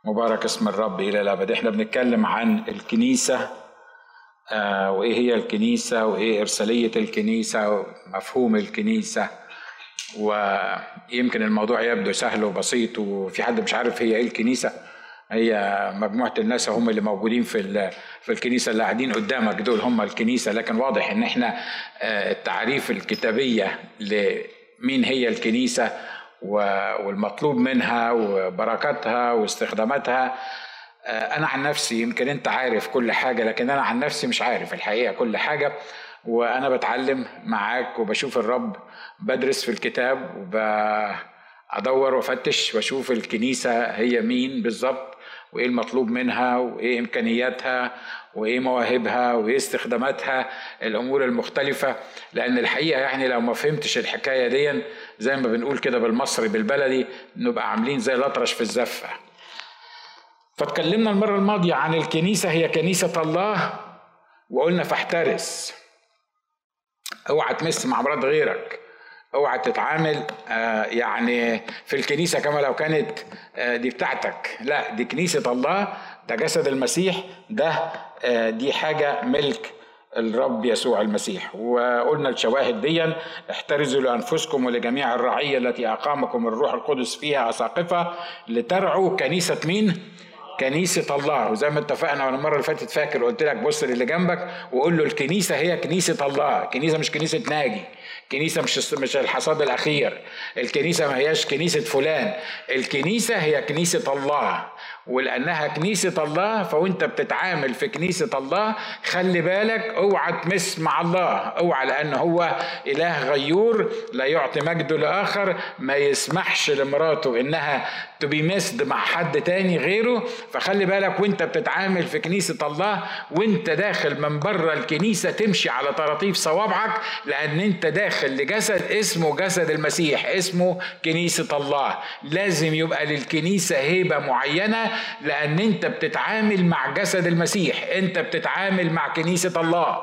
مبارك اسم الرب إلى الأبد. احنا بنتكلم عن الكنيسة، وإيه هي الكنيسة، وإيه إرسالية الكنيسة، ومفهوم الكنيسة. ويمكن الموضوع يبدو سهل وبسيط، وفي حد مش عارف هي إيه الكنيسة. هي مجموعة الناس هم اللي موجودين في الكنيسة، اللي قاعدين قدامك دول هم الكنيسة. لكن واضح إن احنا التعريف الكتابية لمين هي الكنيسة والمطلوب منها وبركاتها واستخداماتها. أنا عن نفسي، يمكن أنت عارف كل حاجة، لكن أنا عن نفسي مش عارف الحقيقة كل حاجة. وأنا بتعلم معاك وبشوف الرب، بدرس في الكتاب وبدور وفتش واشوف الكنيسة هي مين بالظبط، وإيه المطلوب منها، وإيه إمكانياتها، وإيه مواهبها، وإيه استخداماتها، الأمور المختلفة. لأن الحقيقة يعني لو ما فهمتش الحكاية دي، زي ما بنقول كده بالمصري بالبلدي، نبقى عاملين زي الأطرش في الزفة. فتكلمنا المرة الماضية عن الكنيسة هي كنيسة الله، وقلنا فاحترس، اوعى تمس مع مرات غيرك، اوعى تتعامل يعني في الكنيسة كما لو كانت دي بتاعتك. لا، دي كنيسة الله، ده جسد المسيح، دي حاجة ملك الرب يسوع المسيح. وقلنا الشواهد دي: احترزوا لأنفسكم ولجميع الرعية التي أقامكم الروح القدس فيها أساقفة لترعوا كنيسة مين؟ كنيسة الله. وزي ما اتفقنا وانا المرة اللي فاتت، فاكر قلت لك بص للي جنبك وقول له الكنيسة هي كنيسة الله. كنيسة مش كنيسة ناجي، كنيسة مش الحصاد الأخير، الكنيسة ما هياش كنيسة فلان، الكنيسة هي كنيسة الله. ولأنها كنيسة الله، فوانت بتتعامل في كنيسة الله خلي بالك اوعى تمس مع الله، اوعى، لأن هو إله غيور لا يعطي مجده لآخر، ما يسمحش لمراته إنها تبيمسد مع حد تاني غيره. فخلي بالك وانت بتتعامل في كنيسة الله، وانت داخل من بره الكنيسة تمشي على طراطيف صوابعك، لأن انت داخل لجسد اسمه جسد المسيح، اسمه كنيسة الله. لازم يبقى للكنيسة هيبة معينة، لأن انت بتتعامل مع جسد المسيح، انت بتتعامل مع كنيسة الله.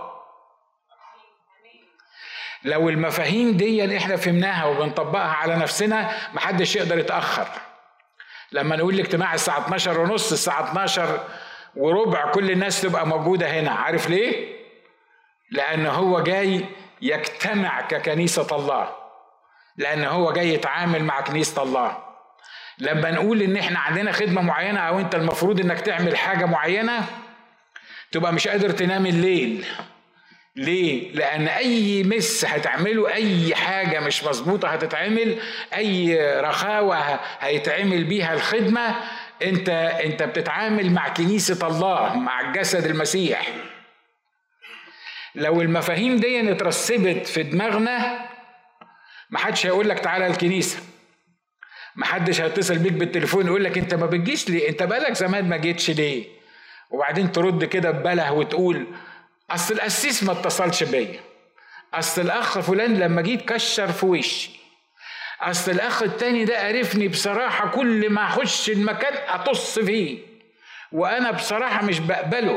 لو المفاهيم دي احنا فهمناها وبنطبقها على نفسنا، محدش يقدر يتأخر. لما نقول الاجتماع الساعة 12:30، الساعة 12:15 كل الناس تبقى موجودة هنا. عارف ليه؟ لأن هو جاي يجتمع ككنيسة الله، لأن هو جاي يتعامل مع كنيسة الله. لما نقول إن إحنا عندنا خدمة معينة، أو أنت المفروض إنك تعمل حاجة معينة، تبقى مش قادر تنام الليل. ليه؟ لأن أي مس هتعمله، أي حاجة مش مظبوطة هتتعمل، أي رخاوة هيتعمل بيها الخدمة، أنت بتتعامل مع كنيسة الله، مع جسد المسيح. لو المفاهيم دي اترسبت في دماغنا، محدش هيقول لك تعالى الكنيسة، محدش هيتصل بيك بالتليفون يقول لك أنت ما بتجيش ليه؟ أنت بقالك زمان ما جيتش ليه؟ وبعدين ترد كده ببله وتقول أصل القسيس ما اتصلش بيا، أصل الأخ فلان لما جيت كشر في وشي، أصل الأخ التاني ده عرفني بصراحة كل ما أخش المكان أطص فيه، وأنا بصراحة مش بقبله.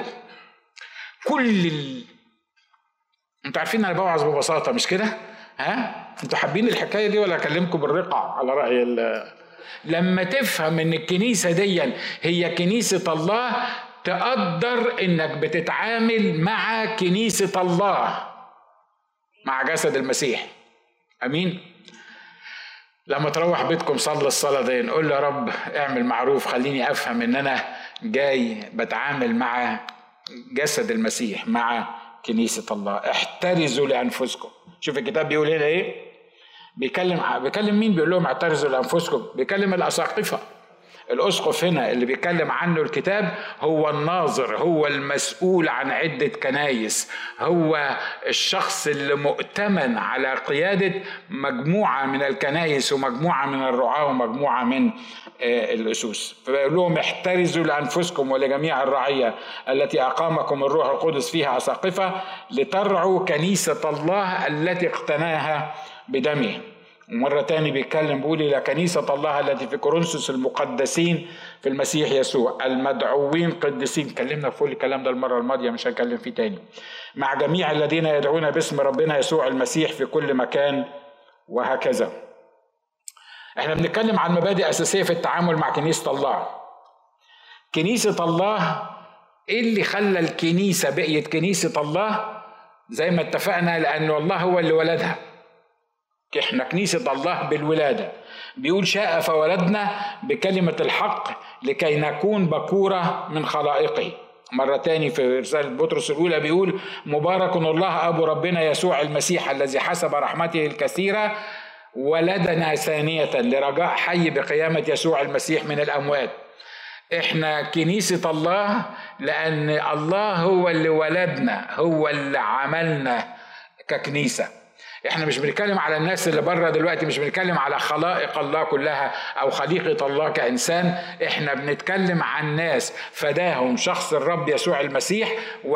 أنتوا عارفين أنا بوعظ ببساطة مش كده؟ أنتوا حابين الحكاية دي ولا أكلمكم بالرقعة على رأي لما تفهم إن الكنيسة دي هي كنيسة الله، تقدر انك بتتعامل مع كنيسة الله، مع جسد المسيح. امين. لما تروح بيتكم صلي الصلاة دي، قول يا رب اعمل معروف، خليني افهم ان انا جاي بتعامل مع جسد المسيح، مع كنيسة الله. احترزوا لانفسكم. شوف الكتاب بيقول هنا ايه، بيكلم مين؟ بيقول لهم احترزوا لانفسكم، بيكلم الاساقفة. الأسقف هنا اللي بيتكلم عنه الكتاب هو الناظر، هو المسؤول عن عدة كنايس، هو الشخص اللي مؤتمن على قيادة مجموعة من الكنايس ومجموعة من الرعاة ومجموعة من الأسوس. فبيقول لهم احترزوا لأنفسكم ولجميع الرعية التي أقامكم الروح القدس فيها أساقفة لترعوا كنيسة الله التي اقتناها بدمه. ومرة تاني بيتكلم بيقول إلى كنيسة الله التي في كورنثوس المقدسين في المسيح يسوع المدعوين قديسين. كلمنا في كل الكلام ده المرة الماضية، مش هنكلم فيه تاني. مع جميع الذين يدعون باسم ربنا يسوع المسيح في كل مكان، وهكذا. احنا بنتكلم عن مبادئ أساسية في التعامل مع كنيسة الله. كنيسة الله ايه اللي خلى الكنيسة بقيت كنيسة الله؟ زي ما اتفقنا لأن الله هو اللي ولدها. احنا كنيسة الله بالولادة. بيقول شاء فولدنا بكلمة الحق لكي نكون بكورة من خلائقه. مرة تاني في رسالة بطرس الأولى بيقول مبارك الله أبو ربنا يسوع المسيح الذي حسب رحمته الكثيرة ولدنا ثانية لرجاء حي بقيامة يسوع المسيح من الأموات. احنا كنيسة الله لأن الله هو اللي ولدنا، هو اللي عملنا ككنيسة. احنا مش بنتكلم على الناس اللي بره دلوقتي، مش بنتكلم على خلائق الله كلها او خليقة الله كإنسان، احنا بنتكلم عن ناس فداهم شخص الرب يسوع المسيح،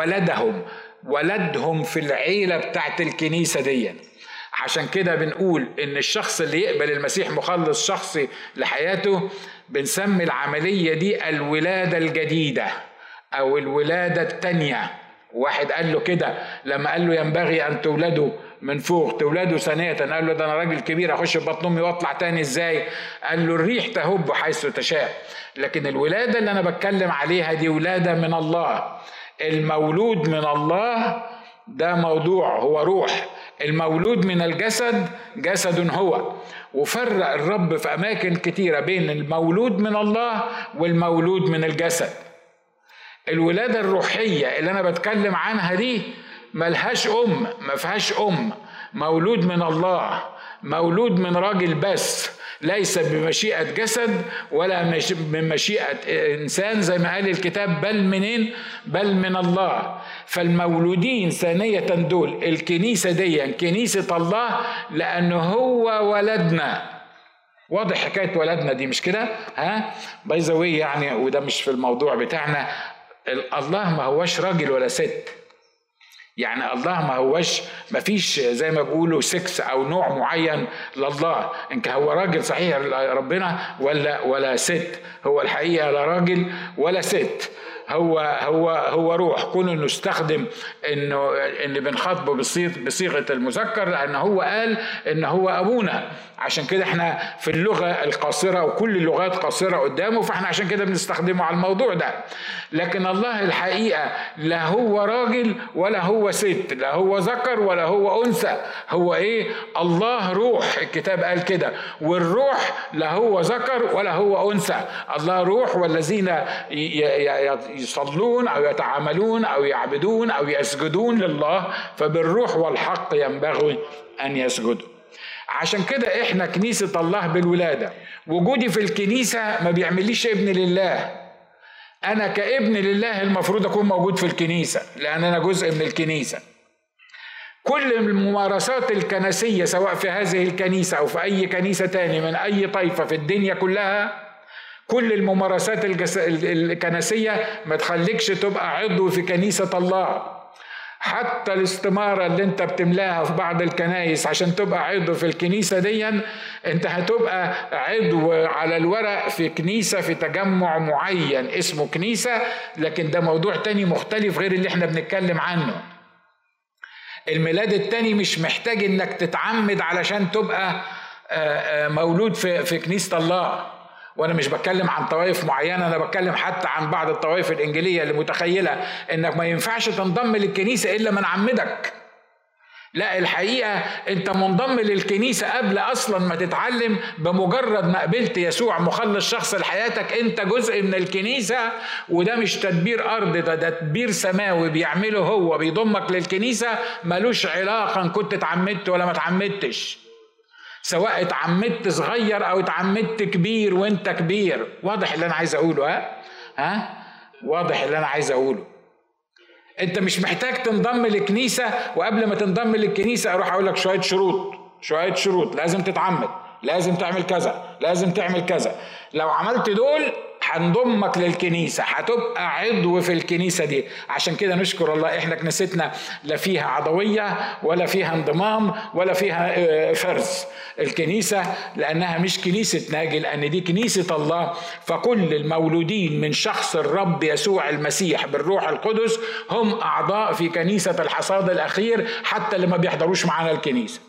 ولدهم في العيلة بتاعت الكنيسة دي. عشان كده بنقول ان الشخص اللي يقبل المسيح مخلص شخصي لحياته بنسمي العملية دي الولادة الجديدة او الولادة التانية. واحد قال له كده لما قال له ينبغي ان تولدوا من فوق تولدوا ثانية، قال له ده انا راجل كبير اخش في بطن امي واطلع تاني ازاي؟ قال له الريح تهب حيث تشاء. لكن الولادة اللي انا بتكلم عليها دي ولادة من الله. المولود من الله ده موضوع هو روح، المولود من الجسد جسد هو. وفرق الرب في اماكن كتيرة بين المولود من الله والمولود من الجسد. الولادة الروحية اللي أنا بتكلم عنها دي ملهاش ما فيهاش مولود من الله، مولود من راجل بس، ليس بمشيئة جسد ولا بمشيئة إنسان زي ما قال الكتاب، بل منين؟ بل من الله. فالمولودين ثانية دول الكنيسة دي كنيسة الله لأنه هو ولدنا. واضح حكاية ولدنا دي مش كده؟ باي ذا واي يعني، وده مش في الموضوع بتاعنا. الله ما هوش راجل ولا ست، يعني الله ما فيش زي ما بيقولوا سكس او نوع معين لله. انك هو راجل صحيح ربنا ولا ست، هو الحقيقة لا راجل ولا ست، هو روح. كونه نستخدم ان بنخاطبه بصيغه المذكر لان هو قال ان هو ابونا. عشان كده احنا في اللغه القاصره وكل اللغات قاصره قدامه، فاحنا عشان كده بنستخدمه على الموضوع ده. لكن الله الحقيقه لا هو راجل ولا هو ست، لا هو ذكر ولا هو انثى. هو ايه؟ الله روح، الكتاب قال كده. والروح لا هو ذكر ولا هو انثى، الله روح. والذين يصلون أو يتعاملون أو يعبدون أو يسجدون لله فبالروح والحق ينبغي أن يسجدوا. عشان كده إحنا كنيسة الله بالولادة. وجودي في الكنيسة ما بيعمليش ابن لله. أنا كابن لله المفروض أكون موجود في الكنيسة لأن أنا جزء من الكنيسة. كل الممارسات الكنسية سواء في هذه الكنيسة أو في أي كنيسة تاني من أي طائفة في الدنيا كلها، كل الممارسات الكنسية ما تخليكش تبقى عضو في كنيسة الله. حتى الاستمارة اللي انت بتملاها في بعض الكنائس عشان تبقى عضو في الكنيسة دي، انت هتبقى عضو على الورق في كنيسة في تجمع معين اسمه كنيسة، لكن ده موضوع تاني مختلف غير اللي احنا بنتكلم عنه. الميلاد التاني مش محتاج انك تتعمد علشان تبقى مولود في كنيسة الله. وانا مش بتكلم عن طوائف معينة، انا بتكلم حتى عن بعض الطوائف الانجيلية اللي متخيلة انك ما ينفعش تنضم للكنيسة الا من عمدك. لا، الحقيقة انت منضم للكنيسة قبل اصلا ما تتعلم. بمجرد ما قبلت يسوع مخلص شخص لحياتك انت جزء من الكنيسة. وده مش تدبير ارض، ده تدبير سماوي بيعمله هو، بيضمك للكنيسة. ملوش علاقة ان كنت اتعمدت ولا ما اتعمدتش، سواء اتعمدت صغير او اتعمدت كبير وانت كبير. واضح اللي انا عايز اقوله؟ واضح اللي انا عايز اقوله. انت مش محتاج تنضم للكنيسة وقبل ما تنضم للكنيسة اروح اقول لك شوية شروط، لازم تتعمد، لازم تعمل كذا، لازم تعمل كذا. لو عملت دول هنضمك للكنيسة، هتبقى عضو في الكنيسة دي. عشان كده نشكر الله احنا كنيستنا لا فيها عضوية ولا فيها انضمام ولا فيها فرز. الكنيسة لأنها مش كنيسة ناجي، لأن دي كنيسة الله. فكل المولودين من شخص الرب يسوع المسيح بالروح القدس هم أعضاء في كنيسة الحصاد الأخير، حتى اللي ما بيحضروش معانا الكنيسة.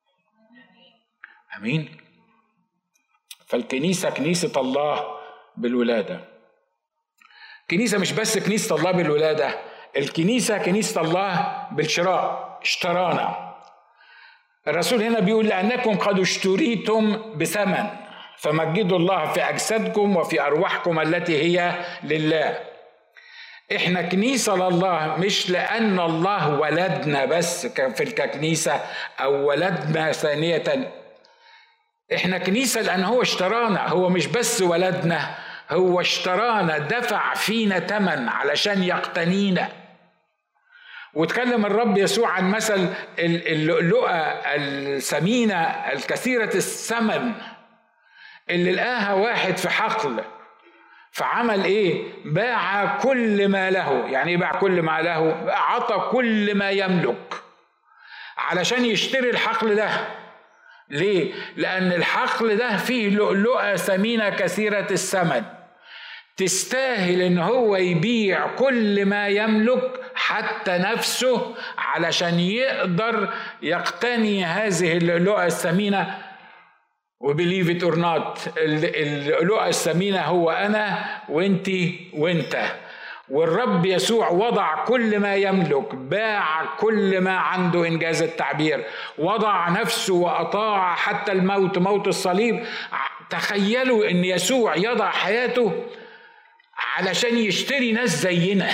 أمين. فالكنيسة كنيسة الله بالولادة. كنيسة مش بس كنيسة الله بالولادة، الكنيسة كنيسة الله بالشراء، اشترانا. الرسول هنا بيقول لأنكم قد اشتريتم بثمن فمجدوا الله في أجسادكم وفي أرواحكم التي هي لله. احنا كنيسة لله مش لأن الله ولدنا بس في الكنيسة أو ولدنا ثانية، احنا كنيسة لأن هو اشترانا. هو مش بس ولدنا، هو اشترانا، دفع فينا ثمن علشان يقتنينا. وتكلم الرب يسوع عن مثل اللؤلؤة الثمينة الكثيرة الثمن اللي لقاها واحد في حقل، فعمل ايه؟ باع كل ما له. يعني ايه باع كل ما له؟ عطى كل ما يملك علشان يشتري الحقل ده. ليه؟ لأن الحقل ده فيه لؤلؤة ثمينة كثيرة الثمن، تستاهل ان هو يبيع كل ما يملك حتى نفسه علشان يقدر يقتني هذه اللؤلؤة الثمينة. وبليف ات اور نوت، اللؤلؤة الثمينة هو انا وانتي وانت. والرب يسوع وضع كل ما يملك، باع كل ما عنده إنجاز التعبير، وضع نفسه وأطاع حتى الموت، موت الصليب. تخيلوا ان يسوع يضع حياته علشان يشتري ناس زينا.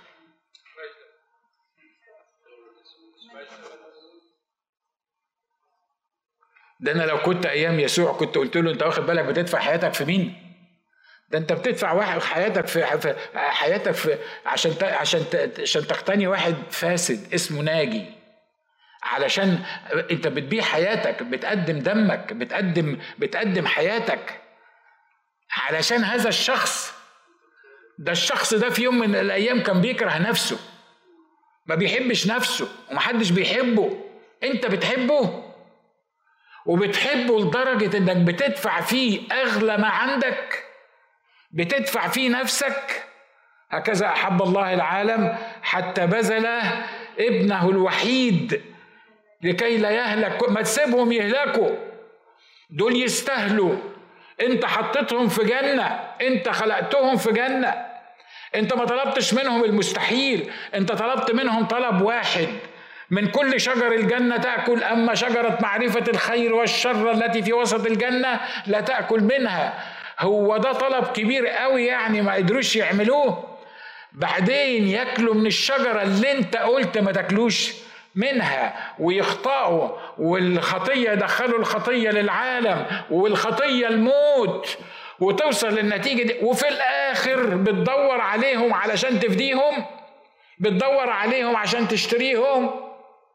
ده انا لو كنت ايام يسوع كنت قلت له انت واخد بالك بتدفع حياتك في مين؟ ده انت بتدفع واحد حياتك في حياتك في عشان تقتني واحد فاسد اسمه ناجي، علشان انت بتبيع حياتك، بتقدم دمك، بتقدم حياتك علشان هذا الشخص. ده الشخص ده في يوم من الايام كان بيكره نفسه، ما بيحبش نفسه ومحدش بيحبه. انت بتحبه، وبتحبه لدرجة انك بتدفع فيه اغلى ما عندك، بتدفع فيه نفسك. هكذا احب الله العالم حتى بذل ابنه الوحيد لكي لا يهلك. ما تسيبهم يهلكوا، دول يستاهلوا. انت حطيتهم في جنة، انت خلقتهم في جنة. انت ما طلبتش منهم المستحيل، انت طلبت منهم طلب واحد: من كل شجر الجنة تأكل، أما شجرة معرفة الخير والشر التي في وسط الجنة لا تأكل منها. هو ده طلب كبير قوي، يعني ما قدروش يعملوه. بعدين يأكلوا من الشجرة اللي انت قلت ما تأكلوش منها ويخطئوا، والخطية يدخلوا الخطية للعالم، والخطية الموت، وتوصل للنتيجة دي. وفي الآخر بتدور عليهم علشان تفديهم، بتدور عليهم عشان تشتريهم.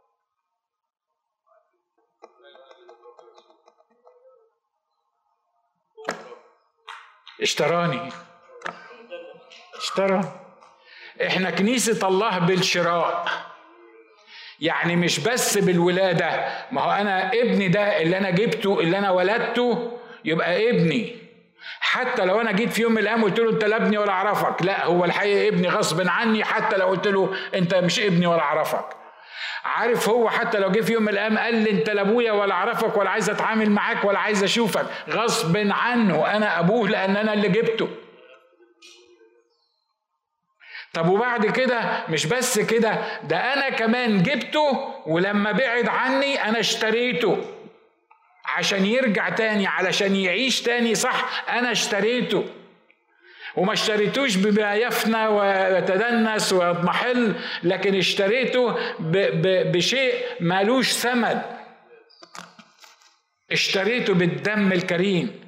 اشتراني. احنا كنيسة الله بالشراء، يعني مش بس بالولادة. ما هو انا ابني ده اللي انا جبته، اللي انا ولدته، يبقى ابني. حتى لو انا جيت في يوم من الايام قلت له انت لا ابني ولا اعرفك، لا، هو الحقيقة ابني غصب عني. حتى لو قلت له انت مش ابني ولا اعرفك، عارف، هو حتى لو جه في يوم من الايام قال لي انت لا ابويا ولا اعرفك ولا عايز اتعامل معاك ولا عايز اشوفك، غصب عنه انا ابوه، لان انا اللي جبته. طب وبعد كده مش بس كده، ده انا كمان جبته، ولما بعد عني انا اشتريته عشان يرجع تاني، علشان يعيش تاني. صح، انا اشتريته، وما اشتريتوش بما يفنى ويتدنس ويضمحل، لكن اشتريته بشيء مالوش ثمن. اشتريته بالدم الكريم.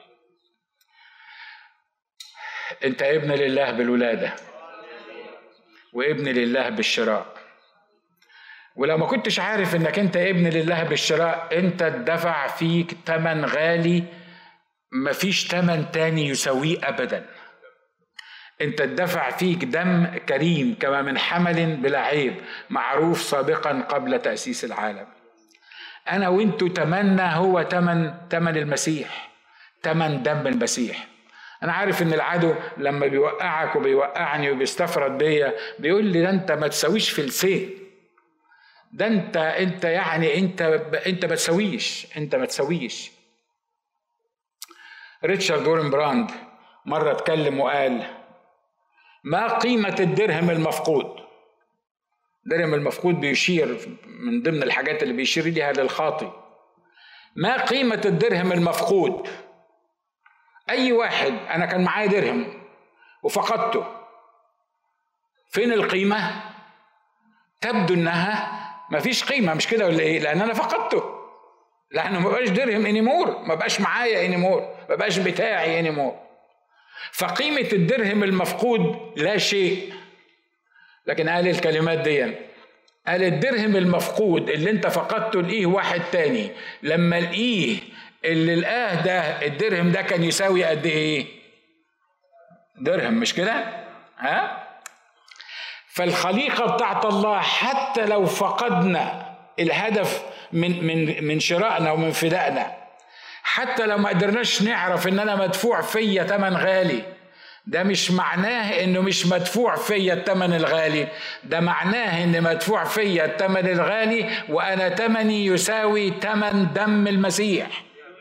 انت ابن لله بالولادة، وابن لله بالشراء. ولو ما كنتش عارف انك انت ابن لله بالشراء، انت اتدفع فيك ثمن غالي مفيش ثمن تاني يساويه ابدا. انت اتدفع فيك دم كريم كما من حمل بلا عيب معروف سابقا قبل تأسيس العالم. انا وانتو تمنى هو تمن المسيح، تمن دم المسيح. انا عارف ان العدو لما بيوقعك وبيوقعني وبيستفرد بيا بيقول لي ده انت ما تسويش في السيف، ده انت يعني انت ما تسويش. ريتشارد وورن براند مرة اتكلم وقال ما قيمة الدرهم المفقود؟ الدرهم المفقود بيشير من ضمن الحاجات اللي بيشير ليها للخاطي. ما قيمة الدرهم المفقود؟ أي واحد أنا كان معايا درهم وفقدته، فين القيمة؟ تبدو إنها مفيش قيمة، مش كده ولا إيه؟ لأن أنا فقدته، لأنه ما بقاش درهم انيمور، ما بقاش معايا انيمور، ما بقاش بتاعي انيمور. فقيمة الدرهم المفقود لا شيء. لكن قال الكلمات دي، قال الدرهم المفقود اللي انت فقدته لقيه واحد تاني، لما لقيه اللي لقاه ده الدرهم ده كان يساوي قد ايه؟ درهم، مش كده؟ ها؟ فالخليقة بتاعت الله حتى لو فقدنا الهدف من شرائنا ومن فدائنا، حتى لو ما قدرناش نعرف ان انا مدفوع فيا ثمن غالي، ده مش معناه انه مش مدفوع فيا الثمن الغالي، ده معناه ان مدفوع فيا الثمن الغالي وانا ثمني يساوي ثمن دم المسيح.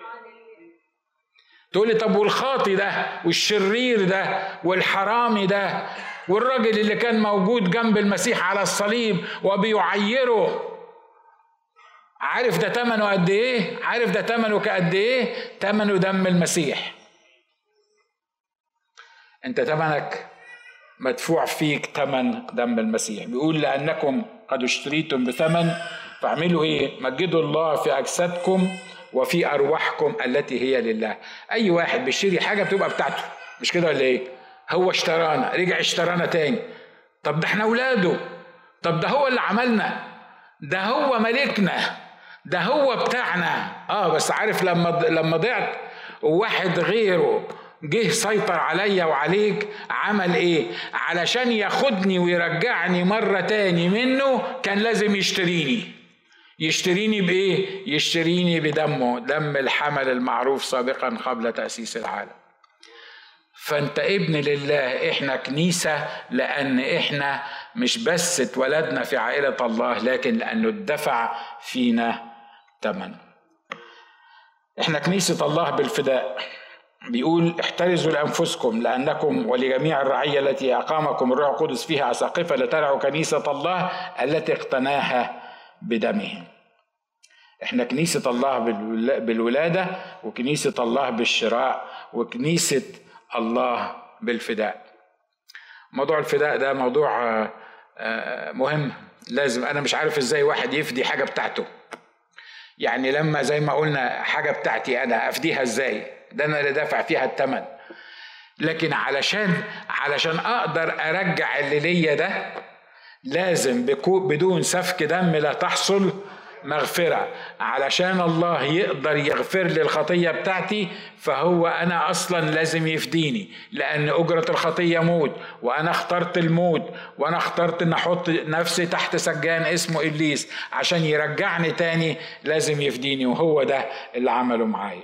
تقولي طب والخاطي ده والشرير ده والحرامي ده والراجل اللي كان موجود جنب المسيح على الصليب وبيعيره، عارف ده ثمنه قد ايه؟ عارف ده ثمنه قد ايه؟ ثمنه دم المسيح. انت ثمنك مدفوع فيك ثمن دم المسيح. بيقول لأنكم قد اشتريتم بثمن فاعملوا ايه؟ مجدوا الله في أجسادكم وفي أرواحكم التي هي لله. أي واحد بيشتري حاجة بتبقى بتاعته، مش كده ولا ايه؟ هو اشترانا، رجع اشترانا تاني. طب ده احنا أولاده، طب ده هو اللي عملنا، ده هو ملكنا، ده هو بتاعنا. بس عارف لما ضعت وواحد غيره جه سيطر عليا وعليك، عمل ايه؟ علشان ياخدني ويرجعني مرة تاني منه كان لازم يشتريني بايه؟ يشتريني بدمه، دم الحمل المعروف سابقا قبل تأسيس العالم. فانت ابن لله. احنا كنيسة لان احنا مش بس اتولدنا في عائلة الله، لكن لانه اتدفع فينا ثمن. احنا كنيسة الله بالفداء. بيقول احترزوا لأنفسكم لأنكم ولجميع الرعية التي أقامكم الروح القدس فيها أساقفة لترعوا كنيسة الله التي اقتناها بدمه. احنا كنيسة الله بالولادة، وكنيسة الله بالشراء، وكنيسة الله بالفداء. موضوع الفداء ده موضوع مهم. لازم، أنا مش عارف إزاي واحد يفدي حاجة بتاعته. يعني لما زي ما قلنا حاجة بتاعتي أنا أفديها إزاي؟ ده أنا اللي دافع فيها الثمن. لكن علشان أقدر أرجع اللي ليا ده لازم بدون سفك دم لا تحصل مغفرة. علشان الله يقدر يغفر لي الخطية بتاعتي فهو أنا أصلا لازم يفديني، لأن أجرة الخطية موت، وأنا اخترت الموت، وأنا اخترت أن أحط نفسي تحت سجان اسمه إبليس عشان يرجعني تاني. لازم يفديني، وهو ده اللي عمله معايا.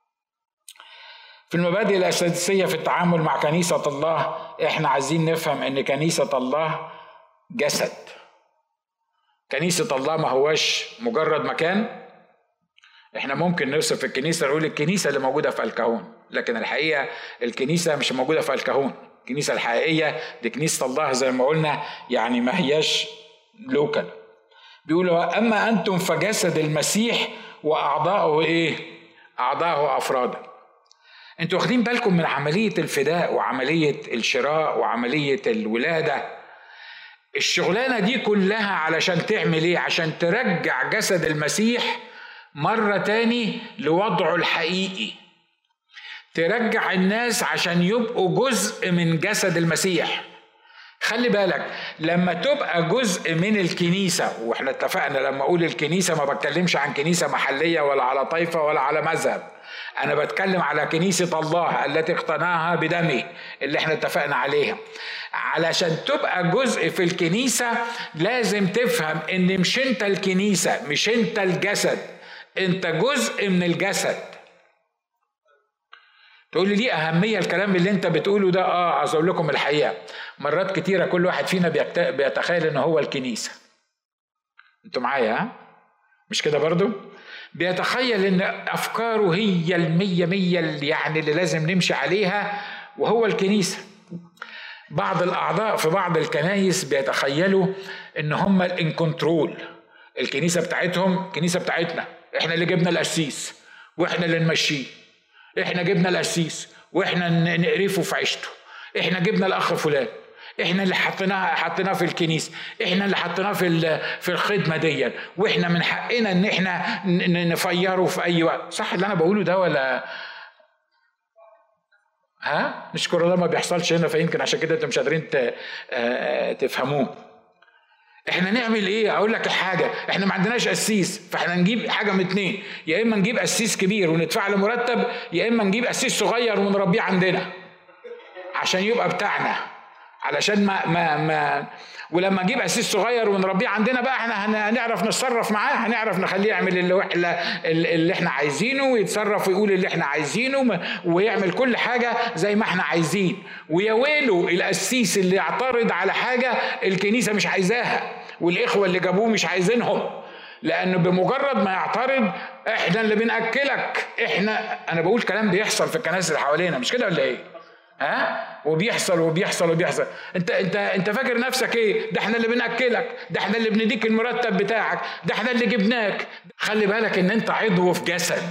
في المبادئ الأساسية في التعامل مع كنيسة الله، احنا عايزين نفهم ان كنيسة الله جسد. كنيسة الله ما هوش مجرد مكان. احنا ممكن نوصف الكنيسة نقول الكنيسة اللي موجودة في الكهون، لكن الحقيقة الكنيسة مش موجودة في الكهون. الكنيسة الحقيقية دي كنيسة الله زي ما قلنا، يعني ما هياش لوكال. بيقولوا أما أنتم فجسد المسيح وأعضاؤه إيه؟ أعضاؤه أفرادا. أنتوا واخدين بالكم من عملية الفداء وعملية الشراء وعملية الولادة؟ الشغلانة دي كلها علشان تعمل إيه؟ عشان ترجع جسد المسيح مرة تاني لوضعه الحقيقي، ترجع الناس عشان يبقوا جزء من جسد المسيح. خلي بالك لما تبقى جزء من الكنيسة، واحنا اتفقنا لما اقول الكنيسة ما بتكلمش عن كنيسة محلية ولا على طائفة ولا على مذهب، انا بتكلم على كنيسة الله التي اقتناها بدمه اللي احنا اتفقنا عليها. علشان تبقى جزء في الكنيسة لازم تفهم ان مش انت الكنيسة، مش انت الجسد، انت جزء من الجسد. تقول لي ليه أهمية الكلام اللي انت بتقوله ده؟ عايز اقول لكم الحقيقة، مرات كتيرة كل واحد فينا بيتخيل ان هو الكنيسة. انتوا معايا؟ ها؟ مش كده برضو؟ بيتخيل ان افكاره هي 100 يعني اللي لازم نمشي عليها وهو الكنيسة. بعض الأعضاء في بعض الكنايس بيتخيلوا إن هم الانكنترول، الكنيسة بتاعتهم الكنيسة بتاعتنا، إحنا اللي جبنا القسيس وإحنا اللي نمشيه، إحنا جبنا القسيس وإحنا نقرفه في عيشته، إحنا جبنا الأخ فلان، إحنا اللي حطيناه في الكنيسة، إحنا اللي حطيناه في الخدمة دي، وإحنا من حقنا إن إحنا نفيره في أي وقت. صح اللي أنا بقوله ده ولا؟ نشكر الله ما بيحصلش هنا، فيمكن عشان كده انتم مش قادرين تفهموه. احنا نعمل ايه؟ اقول لك الحاجه، احنا ما عندناش قسيس، فاحنا نجيب حاجه من اتنين، يا اما نجيب قسيس كبير وندفع له مرتب، يا اما نجيب قسيس صغير ونربيه عندنا عشان يبقى بتاعنا، علشان ما ولما نجيب قسيس صغير ونربيه عندنا بقى احنا هنعرف نتصرف معاه، هنعرف نخليه يعمل اللي احنا عايزينه، ويتصرف ويقول اللي احنا عايزينه، ويعمل كل حاجة زي ما احنا عايزين. ويا ويله القسيس اللي يعترض على حاجة الكنيسة مش عايزاها والإخوة اللي جابوه مش عايزينهم، لأنه بمجرد ما يعترض احنا اللي بنأكلك. أنا بقول كلام بيحصل في الكنائس اللي حوالينا، مش كده ولا ايه؟ وبيحصل. انت فاكر نفسك ايه؟ ده احنا اللي بنأكلك، ده احنا اللي بنديك المرتب بتاعك، ده احنا اللي جبناك. خلي بالك ان انت عضو في جسد،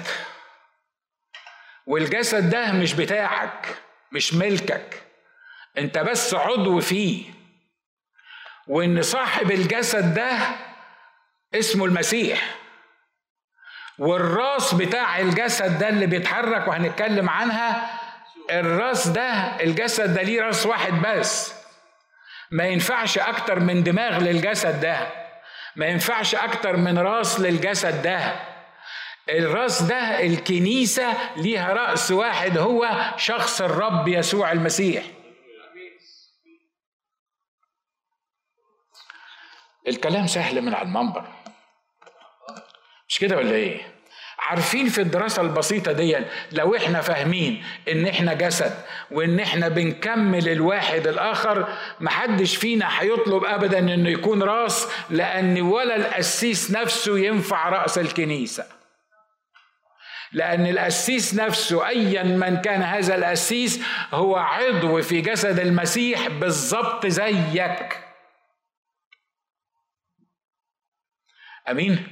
والجسد ده مش بتاعك، مش ملكك، انت بس عضو فيه. وان صاحب الجسد ده اسمه المسيح، والراس بتاع الجسد ده اللي بيتحرك وهنتكلم عنها، الراس ده الجسد ده ليه راس واحد بس، ما ينفعش اكتر من دماغ للجسد ده، ما ينفعش اكتر من راس للجسد ده. الراس ده الكنيسة ليها رأس واحد، هو شخص الرب يسوع المسيح. الكلام سهل من على المنبر، مش كده ولا ايه؟ عارفين في الدراسة البسيطة دي لو احنا فاهمين ان احنا جسد وان احنا بنكمل الواحد الاخر، محدش فينا هيطلب ابدا انه يكون راس، لان ولا القسيس نفسه ينفع رأس الكنيسة، لأن القسيس نفسه أيا من كان هذا القسيس هو عضو في جسد المسيح بالضبط زيك. أمين؟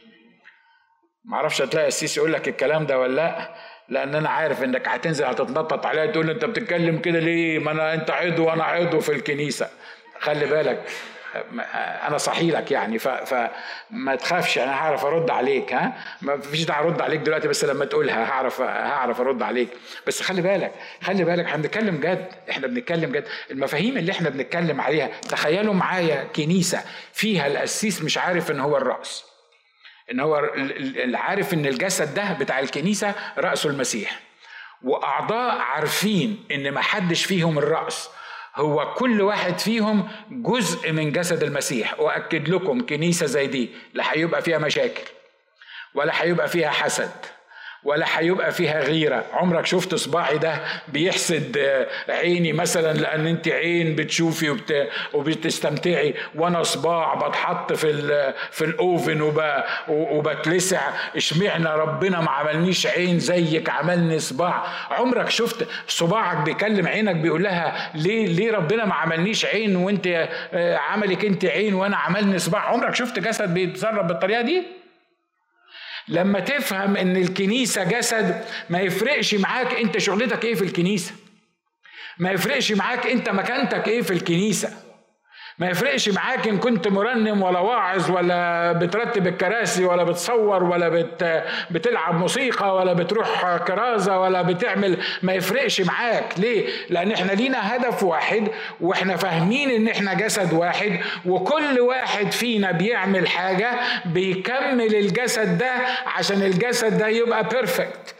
معرفش هتلاقي قسيس يقول لك الكلام ده ولا لا، لأن أنا عارف إنك هتنزل هتتنطط عليها تقول لي أنت بتتكلم كده ليه؟ ما أنت عضو وأنا عضو في الكنيسة. خلي بالك انا صحي لك يعني، فما تخافش، انا هعرف ارد عليك. ما فيش داعي ارد عليك دلوقتي، بس لما تقولها هعرف ارد عليك. بس خلي بالك احنا بنتكلم جد، المفاهيم اللي احنا بنتكلم عليها. تخيلوا معايا كنيسة فيها القسيس مش عارف ان هو الرأس، ان هو اللي عارف ان الجسد ده بتاع الكنيسة رأسه المسيح، واعضاء عارفين ان ما حدش فيهم الرأس، هو كل واحد فيهم جزء من جسد المسيح. وأكد لكم كنيسة زي دي لا هيبقى فيها مشاكل، ولا هيبقى فيها حسد، ولا هيبقى فيها غيرة. عمرك شفت صباعي ده بيحسد عيني مثلا لأن انت عين بتشوفي وبتستمتعي، وانا صباع بتحط في الأوفن وبتلسع؟ اشمعنا ربنا ما عملنيش عين زيك، عملني صباع. عمرك شفت صباعك بيكلم عينك بيقول لها ليه ربنا ما عملنيش عين وانت عملك انت عين وانا عملني صباع؟ عمرك شفت جسد بيتصرف بالطريقة دي؟ لما تفهم ان الكنيسة جسد، ما يفرقش معاك انت شغلتك ايه في الكنيسة، ما يفرقش معاك انت مكانتك ايه في الكنيسة، ما يفرقش معاك ان كنت مرنم ولا واعظ ولا بترتب الكراسي ولا بتصور ولا بتلعب موسيقى ولا بتروح كرازة ولا بتعمل، ما يفرقش معاك. ليه؟ لان احنا لينا هدف واحد، واحنا فاهمين ان احنا جسد واحد، وكل واحد فينا بيعمل حاجة بيكمل الجسد ده عشان الجسد ده يبقى بيرفكت.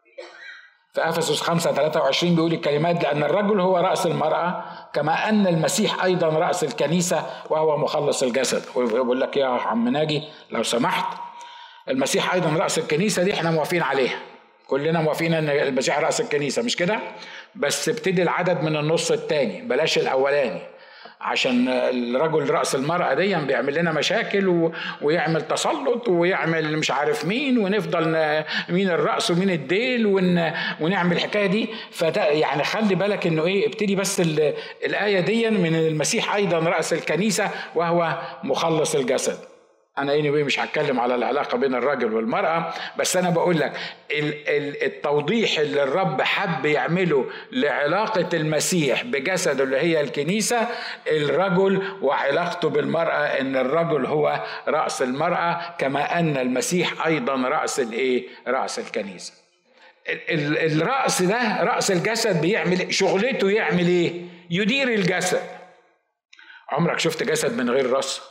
في أفسس 5:23 بيقول الكلمات: لأن الرجل هو رأس المرأة كما أن المسيح أيضا رأس الكنيسة وهو مخلص الجسد. ويقول لك يا عم ناجي لو سمحت، المسيح أيضا رأس الكنيسة دي احنا موافقين عليها، كلنا موافقين أن المسيح رأس الكنيسة، مش كده؟ بس ابتدي العدد من النص التاني، بلاش الأولاني، عشان الرجل رأس المرأة دي بيعمل لنا مشاكل ويعمل تسلط ويعمل مش عارف مين، ونفضل مين الرأس ومين الديل ونعمل الحكاية دي. يعني خلي بالك انه ايه، ابتدي بس الآية دي من المسيح أيضا رأس الكنيسة وهو مخلص الجسد. أنا مش هتكلم على العلاقة بين الرجل والمرأة، بس أنا بقول لك التوضيح اللي الرب حب يعمله لعلاقة المسيح بجسده اللي هي الكنيسة، الرجل وعلاقته بالمرأة، إن الرجل هو رأس المرأة كما أن المسيح أيضا رأس الكنيسة. الرأس ده رأس الجسد بيعمل شغلته، يعمل إيه؟ يدير الجسد. عمرك شفت جسد من غير رأس؟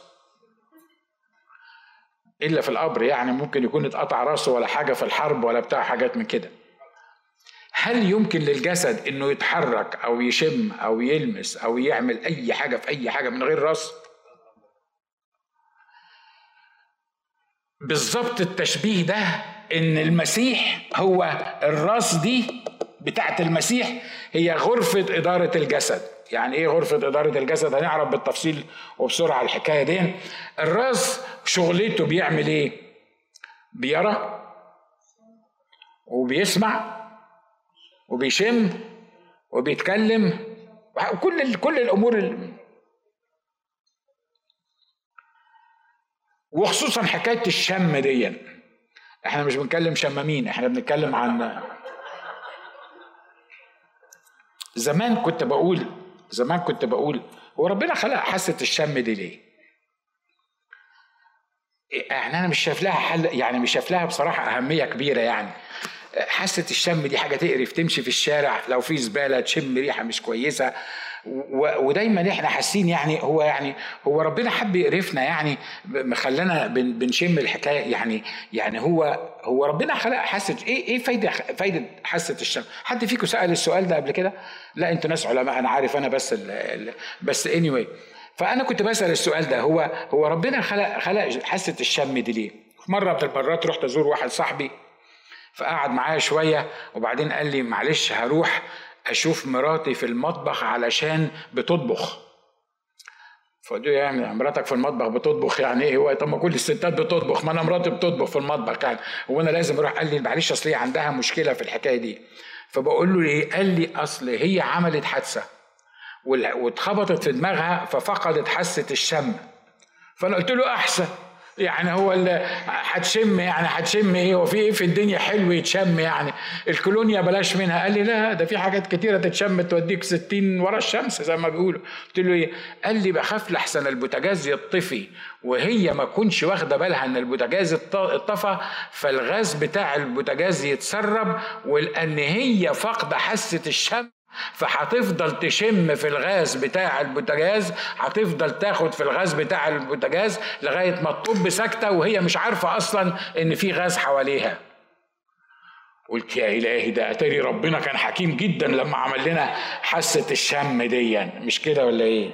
إلا في القبر، يعني ممكن يكون اتقطع راسه ولا حاجة في الحرب ولا بتاع حاجات من كده. هل يمكن للجسد إنه يتحرك أو يشم أو يلمس أو يعمل أي حاجة في أي حاجة من غير راس؟ بالظبط التشبيه ده، إن المسيح هو الراس دي بتاعت المسيح، هي غرفة إدارة الجسد. يعني ايه غرفة إدارة الجسد؟ هنعرف بالتفصيل وبسرعة الحكاية دي. الراس شغلته بيعمل ايه؟ بيرى وبيسمع وبيشم وبيتكلم، كل الأمور وخصوصا حكاية الشم دي. احنا مش بنتكلم شمامين، احنا بنتكلم عن زمان كنت بقول هو ربنا خلق حاسة الشم دي ليه؟ يعني أنا مش شايف لها حل، يعني مش شايف لها بصراحة أهمية كبيرة. يعني حاسة الشم دي حاجة تقرف، تمشي في الشارع لو في زبالة تشم ريحة مش كويسة، ودايما احنا حاسين هو ربنا حب يقرفنا، يعني خلانا بنشم الحكاية. يعني هو ربنا خلق حاسة ايه فايدة حاسة الشم؟ حد فيكم سأل السؤال ده قبل كده؟ لا انتوا ناس علماء، انا عارف، انا بس anyway. فانا كنت بسأل السؤال ده، هو ربنا خلق حاسة الشم دي ليه؟ في مرة من المرات رحت ازور واحد صاحبي، فقعد معايا شوية وبعدين قال لي معلش هروح اشوف مراتي في المطبخ علشان بتطبخ. فقلت له يعني مراتك في المطبخ بتطبخ يعني ايه؟ هو طب ما كل الستات بتطبخ، ما انا مراتي بتطبخ في المطبخ يعني، وانا لازم اروح؟ قال لي معلش اصل هي عندها مشكلة في الحكاية دي. فبقول له ايه؟ قال لي اصل هي عملت حادثة واتخبطت في دماغها ففقدت حاسة الشم. فانا قلت له احسن، يعني هو اللي هتشم، يعني هتشم ايه؟ وفي ايه في الدنيا حلو يتشم؟ يعني الكولونيا بلاش منها. قال لي لا ده في حاجات كتيرة تتشم توديك 60 ورا الشمس زي ما بيقولوا. قلت له ايه؟ قال لي بخاف لحسن البوتاجاز يطفي وهي ما كنش واخده بالها ان البوتاجاز اتطفى، فالغاز بتاع البوتاجاز يتسرب، ولان هي فاقده حاسه الشم فهتفضل تشم في الغاز بتاع البوتاجاز، هتفضل تاخد في الغاز بتاع البوتاجاز لغاية ما تطب ساكتة وهي مش عارفة أصلا إن في غاز حواليها. قلت يا إلهي، ده أتاري ربنا كان حكيم جدا لما عمل لنا حاسة الشم دي، مش كده ولا إيه؟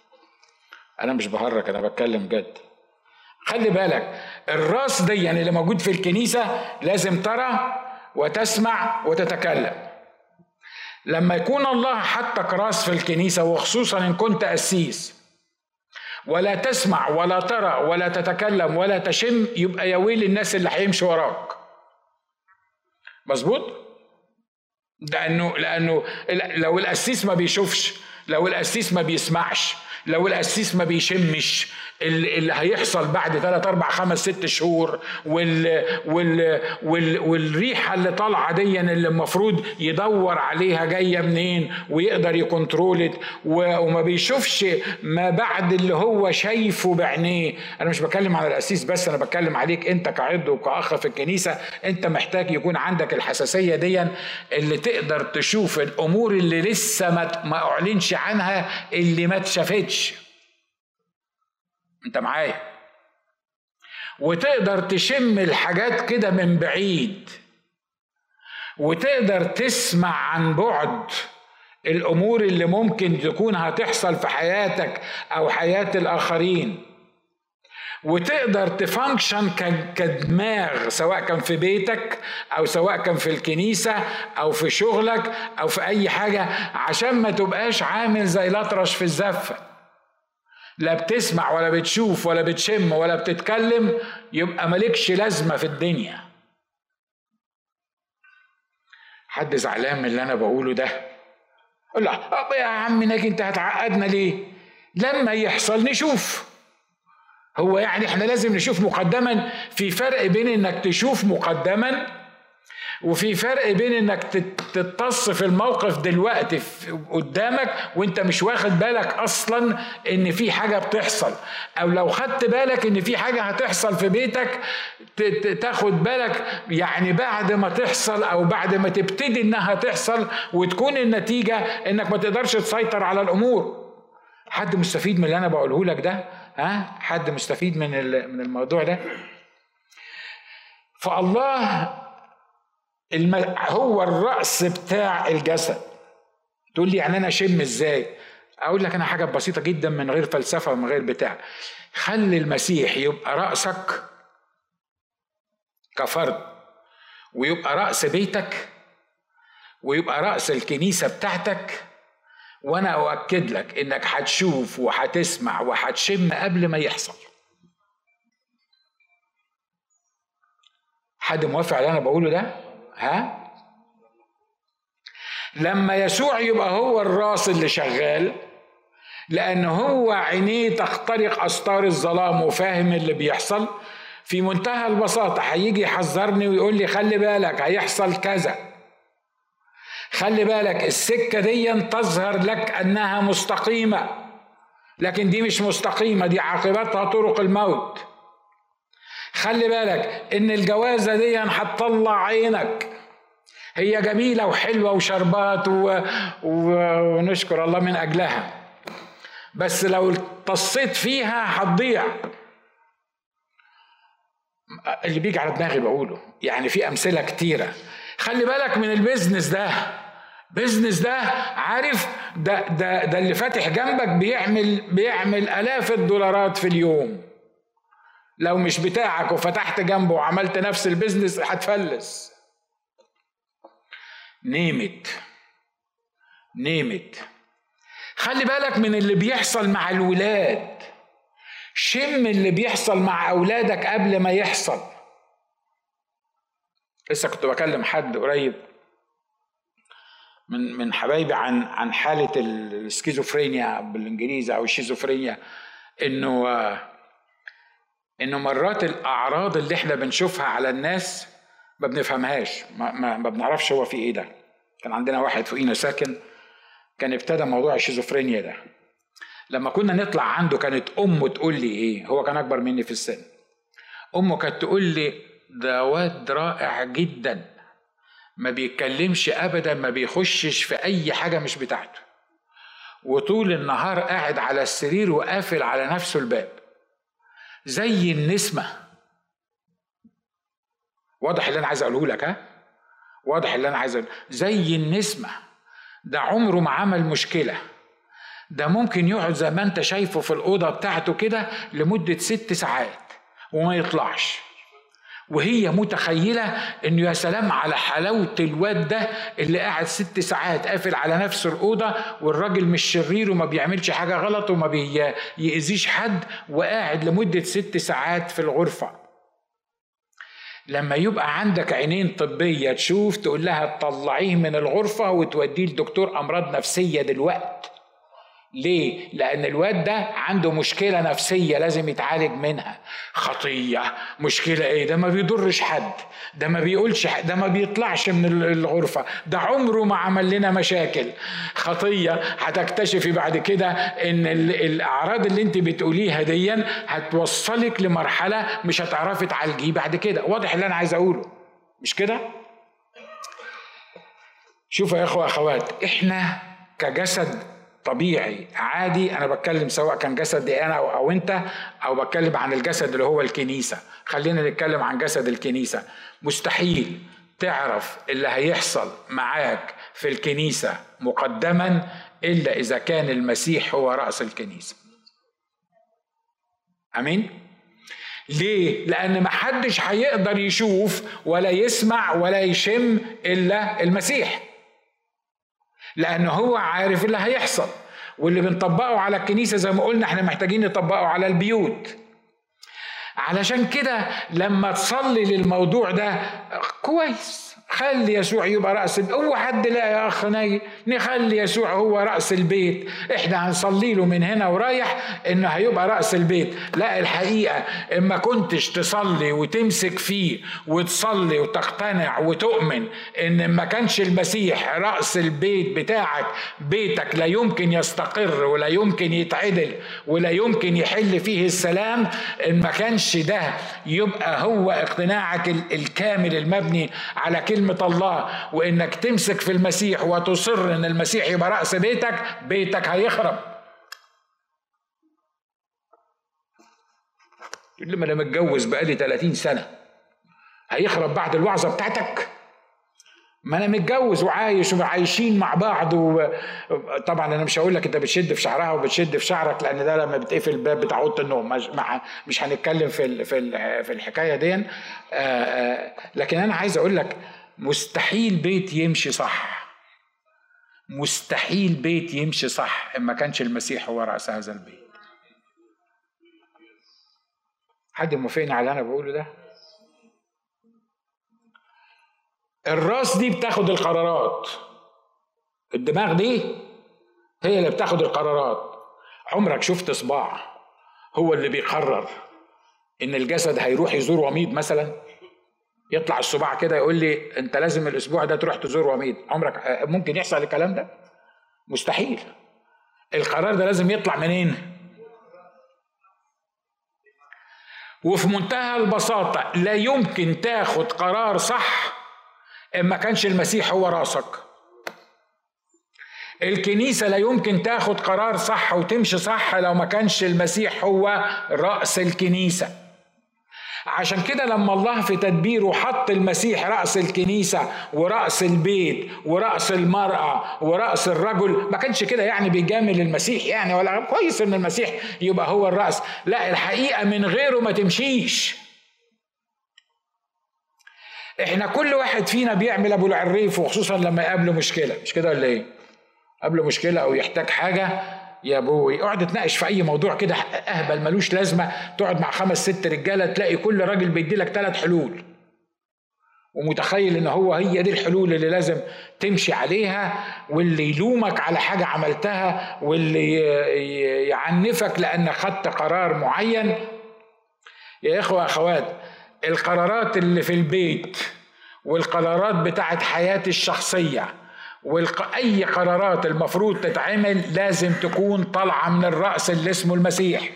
أنا مش بهرج، أنا بتكلم جد. خلي بالك الراس دي يعني اللي موجود في الكنيسة لازم ترى وتسمع وتتكلم. لما يكون الله حطك راس في الكنيسة، وخصوصا إن كنت قسيس، ولا تسمع ولا ترى ولا تتكلم ولا تشم، يبقى يا ويل الناس اللي هيمشي وراك. مظبوط؟ لأنه لو القسيس ما بيشوفش، لو القسيس ما بيسمعش، لو القسيس ما بيشمش، اللي هيحصل بعد 3 4 5 6 شهور والريحه اللي طالعه دي اللي المفروض يدور عليها جايه منين ويقدر يكنترولت، وما بيشوفش ما بعد اللي هو شايفه بعينيه. انا مش بتكلم على القسيس بس، انا بتكلم عليك انت كعضو وكاخ في الكنيسه. انت محتاج يكون عندك الحساسيه دي اللي تقدر تشوف الامور اللي لسه ما اعلنش عنها، اللي ما اتشافتش. انت معايا؟ وتقدر تشم الحاجات كده من بعيد، وتقدر تسمع عن بعد الامور اللي ممكن تكون هتحصل في حياتك او حياة الاخرين، وتقدر تفانكشن كدماغ، سواء كان في بيتك او سواء كان في الكنيسة او في شغلك او في اي حاجة، عشان ما تبقاش عامل زي الأطرش في الزفة. لا بتسمع ولا بتشوف ولا بتشم ولا بتتكلم، يبقى مالكش لازمة في الدنيا. حد زعلان من اللي انا بقوله ده؟ قول له يا عم ناجي انت هتعقدنا ليه؟ لما يحصل نشوف. هو يعني احنا لازم نشوف مقدما؟ في فرق بين انك تشوف مقدما وفي فرق بين انك تتص في الموقف دلوقتي قدامك وانت مش واخد بالك اصلا ان في حاجة بتحصل، او لو خدت بالك ان في حاجة هتحصل في بيتك تاخد بالك يعني بعد ما تحصل او بعد ما تبتدي انها تحصل وتكون النتيجة انك ما تقدرش تسيطر على الامور. حد مستفيد من اللي انا بقوله لك ده؟ حد مستفيد من الموضوع ده؟ فالله هو الرأس بتاع الجسد. تقول لي يعني أنا أشم إزاي؟ أقول لك أنا حاجة بسيطة جدا من غير فلسفة ومن غير بتاع. خلي المسيح يبقى رأسك كفرد، ويبقى رأس بيتك، ويبقى رأس الكنيسة بتاعتك، وأنا أؤكد لك إنك هتشوف وهتسمع وهتشم قبل ما يحصل. حد موافق على اللي أنا بقوله ده؟ لما يسوع يبقى هو الراس اللي شغال، لأن هو عينيه تخترق أستار الظلام وفاهم اللي بيحصل، في منتهى البساطة هيجي يحذرني ويقول لي خلي بالك هيحصل كذا، خلي بالك السكة دي تظهر لك أنها مستقيمة لكن دي مش مستقيمة، دي عاقبتها طرق الموت. خلي بالك إن الجوازة دي هتطلع عينك، هي جميلة وحلوة وشربات ونشكر الله من أجلها، بس لو اتصيت فيها هتضيع. اللي بيجي على دماغي بقوله، يعني في أمثلة كتيرة. خلي بالك من البيزنس ده، عارف ده اللي فاتح جنبك بيعمل آلاف الدولارات في اليوم. لو مش بتاعك وفتحت جنبه وعملت نفس البيزنس هتفلس. نيمت. خلي بالك من اللي بيحصل مع الولاد، شم اللي بيحصل مع أولادك قبل ما يحصل. لسه كنت بكلم حد قريب من حبايبي عن حالة السكيزوفرينيا بالإنجليزي أو الشيزوفرينيا، إنه مرات الأعراض اللي احنا بنشوفها على الناس ما بنفهمهاش، ما بنعرفش هو في إيه ده. كان عندنا واحد فوقينا ساكن كان ابتدى موضوع الشيزوفرينيا ده. لما كنا نطلع عنده كانت أمه تقول لي إيه، هو كان أكبر مني في السن، أمه كانت تقول لي ده واد رائع جدا، ما بيتكلمش أبدا، ما بيخشش في أي حاجة مش بتاعته، وطول النهار قاعد على السرير وقافل على نفسه الباب زي النسمة. واضح اللي أنا عايز أقوله لك؟ واضح اللي أنا عايز أقوله؟ زي النسمة. ده عمره ما عمل مشكلة، ده ممكن يقعد زي ما انت شايفه في الأوضة بتاعته كده لمدة 6 ساعات وما يطلعش، وهي متخيلة انه يا سلام على حلاوة الواد ده اللي قاعد 6 ساعات قافل على نفسه الأوضة، والراجل مش شرير وما بيعملش حاجة غلط وما بيأذيش حد، وقاعد لمدة 6 ساعات في الغرفة. لما يبقى عندك عينين طبية تشوف، تقول لها تطلعيه من الغرفة وتوديه لدكتور أمراض نفسية دلوقتي. ليه؟ لأن الواد ده عنده مشكلة نفسية لازم يتعالج منها. خطية، مشكلة ايه؟ ده ما بيضرش حد، ده ما بيقولش حد، ده ما بيطلعش من الغرفة، ده عمره ما عمل لنا مشاكل. خطية. هتكتشفي بعد كده ان الأعراض اللي انت بتقوليها دي هتوصلك لمرحلة مش هتعرفي تعالجيه بعد كده. واضح اللي انا عايز اقوله مش كده؟ شوفوا يا اخوة اخوات، احنا كجسد طبيعي عادي، انا بتكلم سواء كان جسدي انا او انت، او بتكلم عن الجسد اللي هو الكنيسة. خلينا نتكلم عن جسد الكنيسة. مستحيل تعرف اللي هيحصل معاك في الكنيسة مقدما الا اذا كان المسيح هو رأس الكنيسة. امين؟ ليه؟ لان محدش هيقدر يشوف ولا يسمع ولا يشم الا المسيح، لأنه هو عارف اللي هيحصل. واللي بنطبقه على الكنيسة زي ما قلنا احنا محتاجين نطبقه على البيوت. علشان كده لما تصلي للموضوع ده كويس، خلي يسوع يبقى رأس هو حد لا يا أخ نخلي يسوع هو رأس البيت، احنا هنصلي له من هنا ورايح انه هيبقى رأس البيت. لا، الحقيقة اما كنتش تصلي وتمسك فيه وتصلي وتقتنع وتؤمن ان ما كانش المسيح رأس البيت بتاعك، بيتك لا يمكن يستقر ولا يمكن يتعدل ولا يمكن يحل فيه السلام. ان ما كانش ده يبقى هو اقتناعك الكامل المبني على كلمة الله، وإنك تمسك في المسيح وتصر إن المسيح يبقى رأس بيتك هيخرب. يقول لي ما أنا متجوز بقالي 30 سنة، هيخرب بعد الوعظة بتاعتك؟ ما أنا متجوز وعايش وعايشين مع بعض طبعا أنا مش هقول لك أنت بتشد في شعرها وبتشد في شعرك، لأن ده لما بتقفل الباب بتاع أوضة النوم مش هنتكلم في الحكاية دي. لكن أنا عايز أقول لك مستحيل بيت يمشي صح، مستحيل بيت يمشي صح إن ما كانش المسيح هو رأس هذا البيت. حد موافقني على اللي أنا بقوله ده؟ الراس دي بتاخد القرارات، الدماغ دي هي اللي بتاخد القرارات. عمرك شفت صباع هو اللي بيقرر إن الجسد هيروح يزور وميض مثلا؟ يطلع الصباع كده يقول لي انت لازم الاسبوع ده تروح تزور وميض. عمرك ممكن يحصل الكلام ده؟ مستحيل. القرار ده لازم يطلع منين؟ وفي منتهى البساطة لا يمكن تاخد قرار صح إن ما كانش المسيح هو راسك. الكنيسة لا يمكن تاخد قرار صح وتمشي صح لو ما كانش المسيح هو رأس الكنيسة. عشان كده لما الله في تدبيره حط المسيح رأس الكنيسة ورأس البيت ورأس المرأة ورأس الرجل، ما كانش كده يعني بيجامل المسيح يعني، ولا كويس ان المسيح يبقى هو الرأس. لا، الحقيقة من غيره ما تمشيش. احنا كل واحد فينا بيعمل ابو العريف، وخصوصا لما يقابله مشكلة، مش كده ولا ايه؟ قابله مشكلة او يحتاج حاجة، يا ابوي اقعد تناقش في اي موضوع كده اهبل ملوش لازمه، تقعد مع 5-6 رجاله تلاقي كل راجل بيدي لك 3 حلول، ومتخيل ان هي دي الحلول اللي لازم تمشي عليها، واللي يلومك على حاجه عملتها، واللي يعنفك لان خدت قرار معين. يا اخوه اخوات، القرارات اللي في البيت والقرارات بتاعت حياتي الشخصيه أي قرارات المفروض تتعمل لازم تكون طالعة من الرأس اللي اسمه المسيح.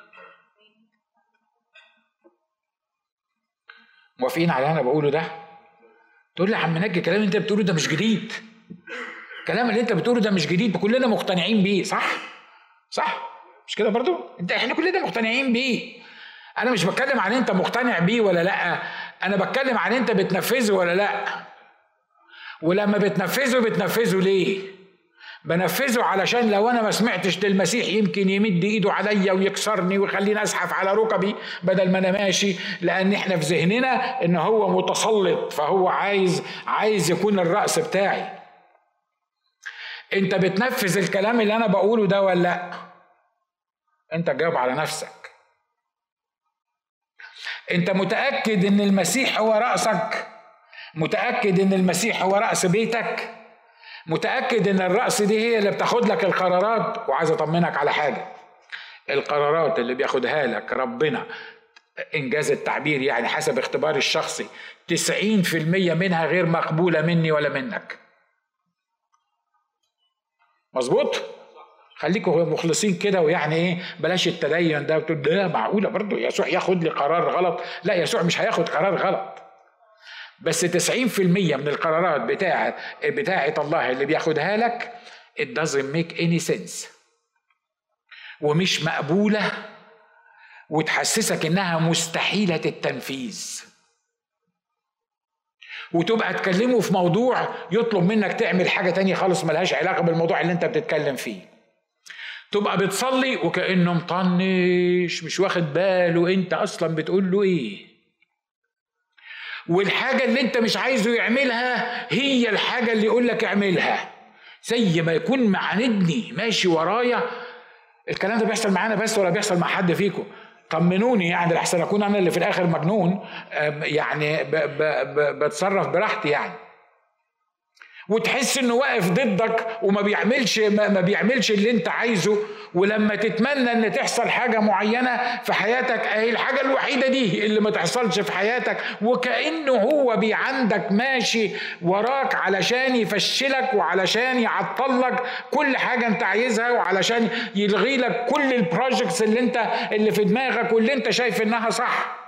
موافقين على أنا بقوله ده؟ تقول لي يا عم نجي الكلام اللي أنت بتقوله ده مش جديد، الكلام اللي أنت بتقوله ده مش جديد، كلنا مقتنعين بيه، صح؟ مش كده برضو؟ إحنا كلنا مقتنعين بيه. أنا مش بتكلم عن أنت مقتنع بيه ولا لأ، أنا بتكلم عن أنت بتنفذه ولا لأ. ولما بتنفذه ليه؟ بنفذه علشان لو انا ما سمعتش للمسيح يمكن يمد ايده عليا ويكسرني ويخليني ازحف على ركبي بدل ما انا ماشي، لان احنا في ذهننا ان هو متسلط، فهو عايز يكون الرأس بتاعي. انت بتنفذ الكلام اللي انا بقوله ده ولا لا؟ انت جاوب على نفسك. انت متأكد ان المسيح هو رأسك؟ متأكد ان المسيح هو رأس بيتك؟ متأكد ان الرأس دي هي اللي بتاخد لك القرارات؟ وعايز اطمنك على حاجة، القرارات اللي بياخدها لك ربنا انجاز التعبير يعني حسب اختباري الشخصي 90% منها غير مقبولة مني ولا منك. مظبوط؟ خليكم مخلصين كده، ويعني ايه بلاش التدين ده وتقول ده معقولة برضو يسوع ياخد لي قرار غلط؟ لا، يسوع مش هياخد قرار غلط، بس 90% من القرارات بتاعة الله اللي بياخدها لك it doesn't make any sense ومش مقبولة، وتحسسك انها مستحيلة التنفيذ، وتبقى تكلمه في موضوع يطلب منك تعمل حاجة تانية خالص ملهاش علاقة بالموضوع اللي انت بتتكلم فيه. تبقى بتصلي وكأنه مطنش مش واخد باله انت اصلا بتقول له ايه، والحاجة اللي انت مش عايزه يعملها هي الحاجة اللي يقول لك اعملها. زي ما يكون معاندني ماشي ورايا. الكلام ده بيحصل معانا بس ولا بيحصل مع حد فيكم؟ طمنوني يعني، لحسن اكون انا اللي في الاخر مجنون يعني بتصرف براحتي يعني. وتحس انه واقف ضدك وما بيعملش اللي انت عايزه، ولما تتمنى ان تحصل حاجة معينة في حياتك، اهي الحاجة الوحيدة دي اللي ما تحصلش في حياتك، وكأنه هو عندك ماشي وراك علشان يفشلك وعلشان يعطلك كل حاجة انت عايزها، وعلشان يلغي لك كل البروجكتس اللي في دماغك واللي انت شايف انها صح.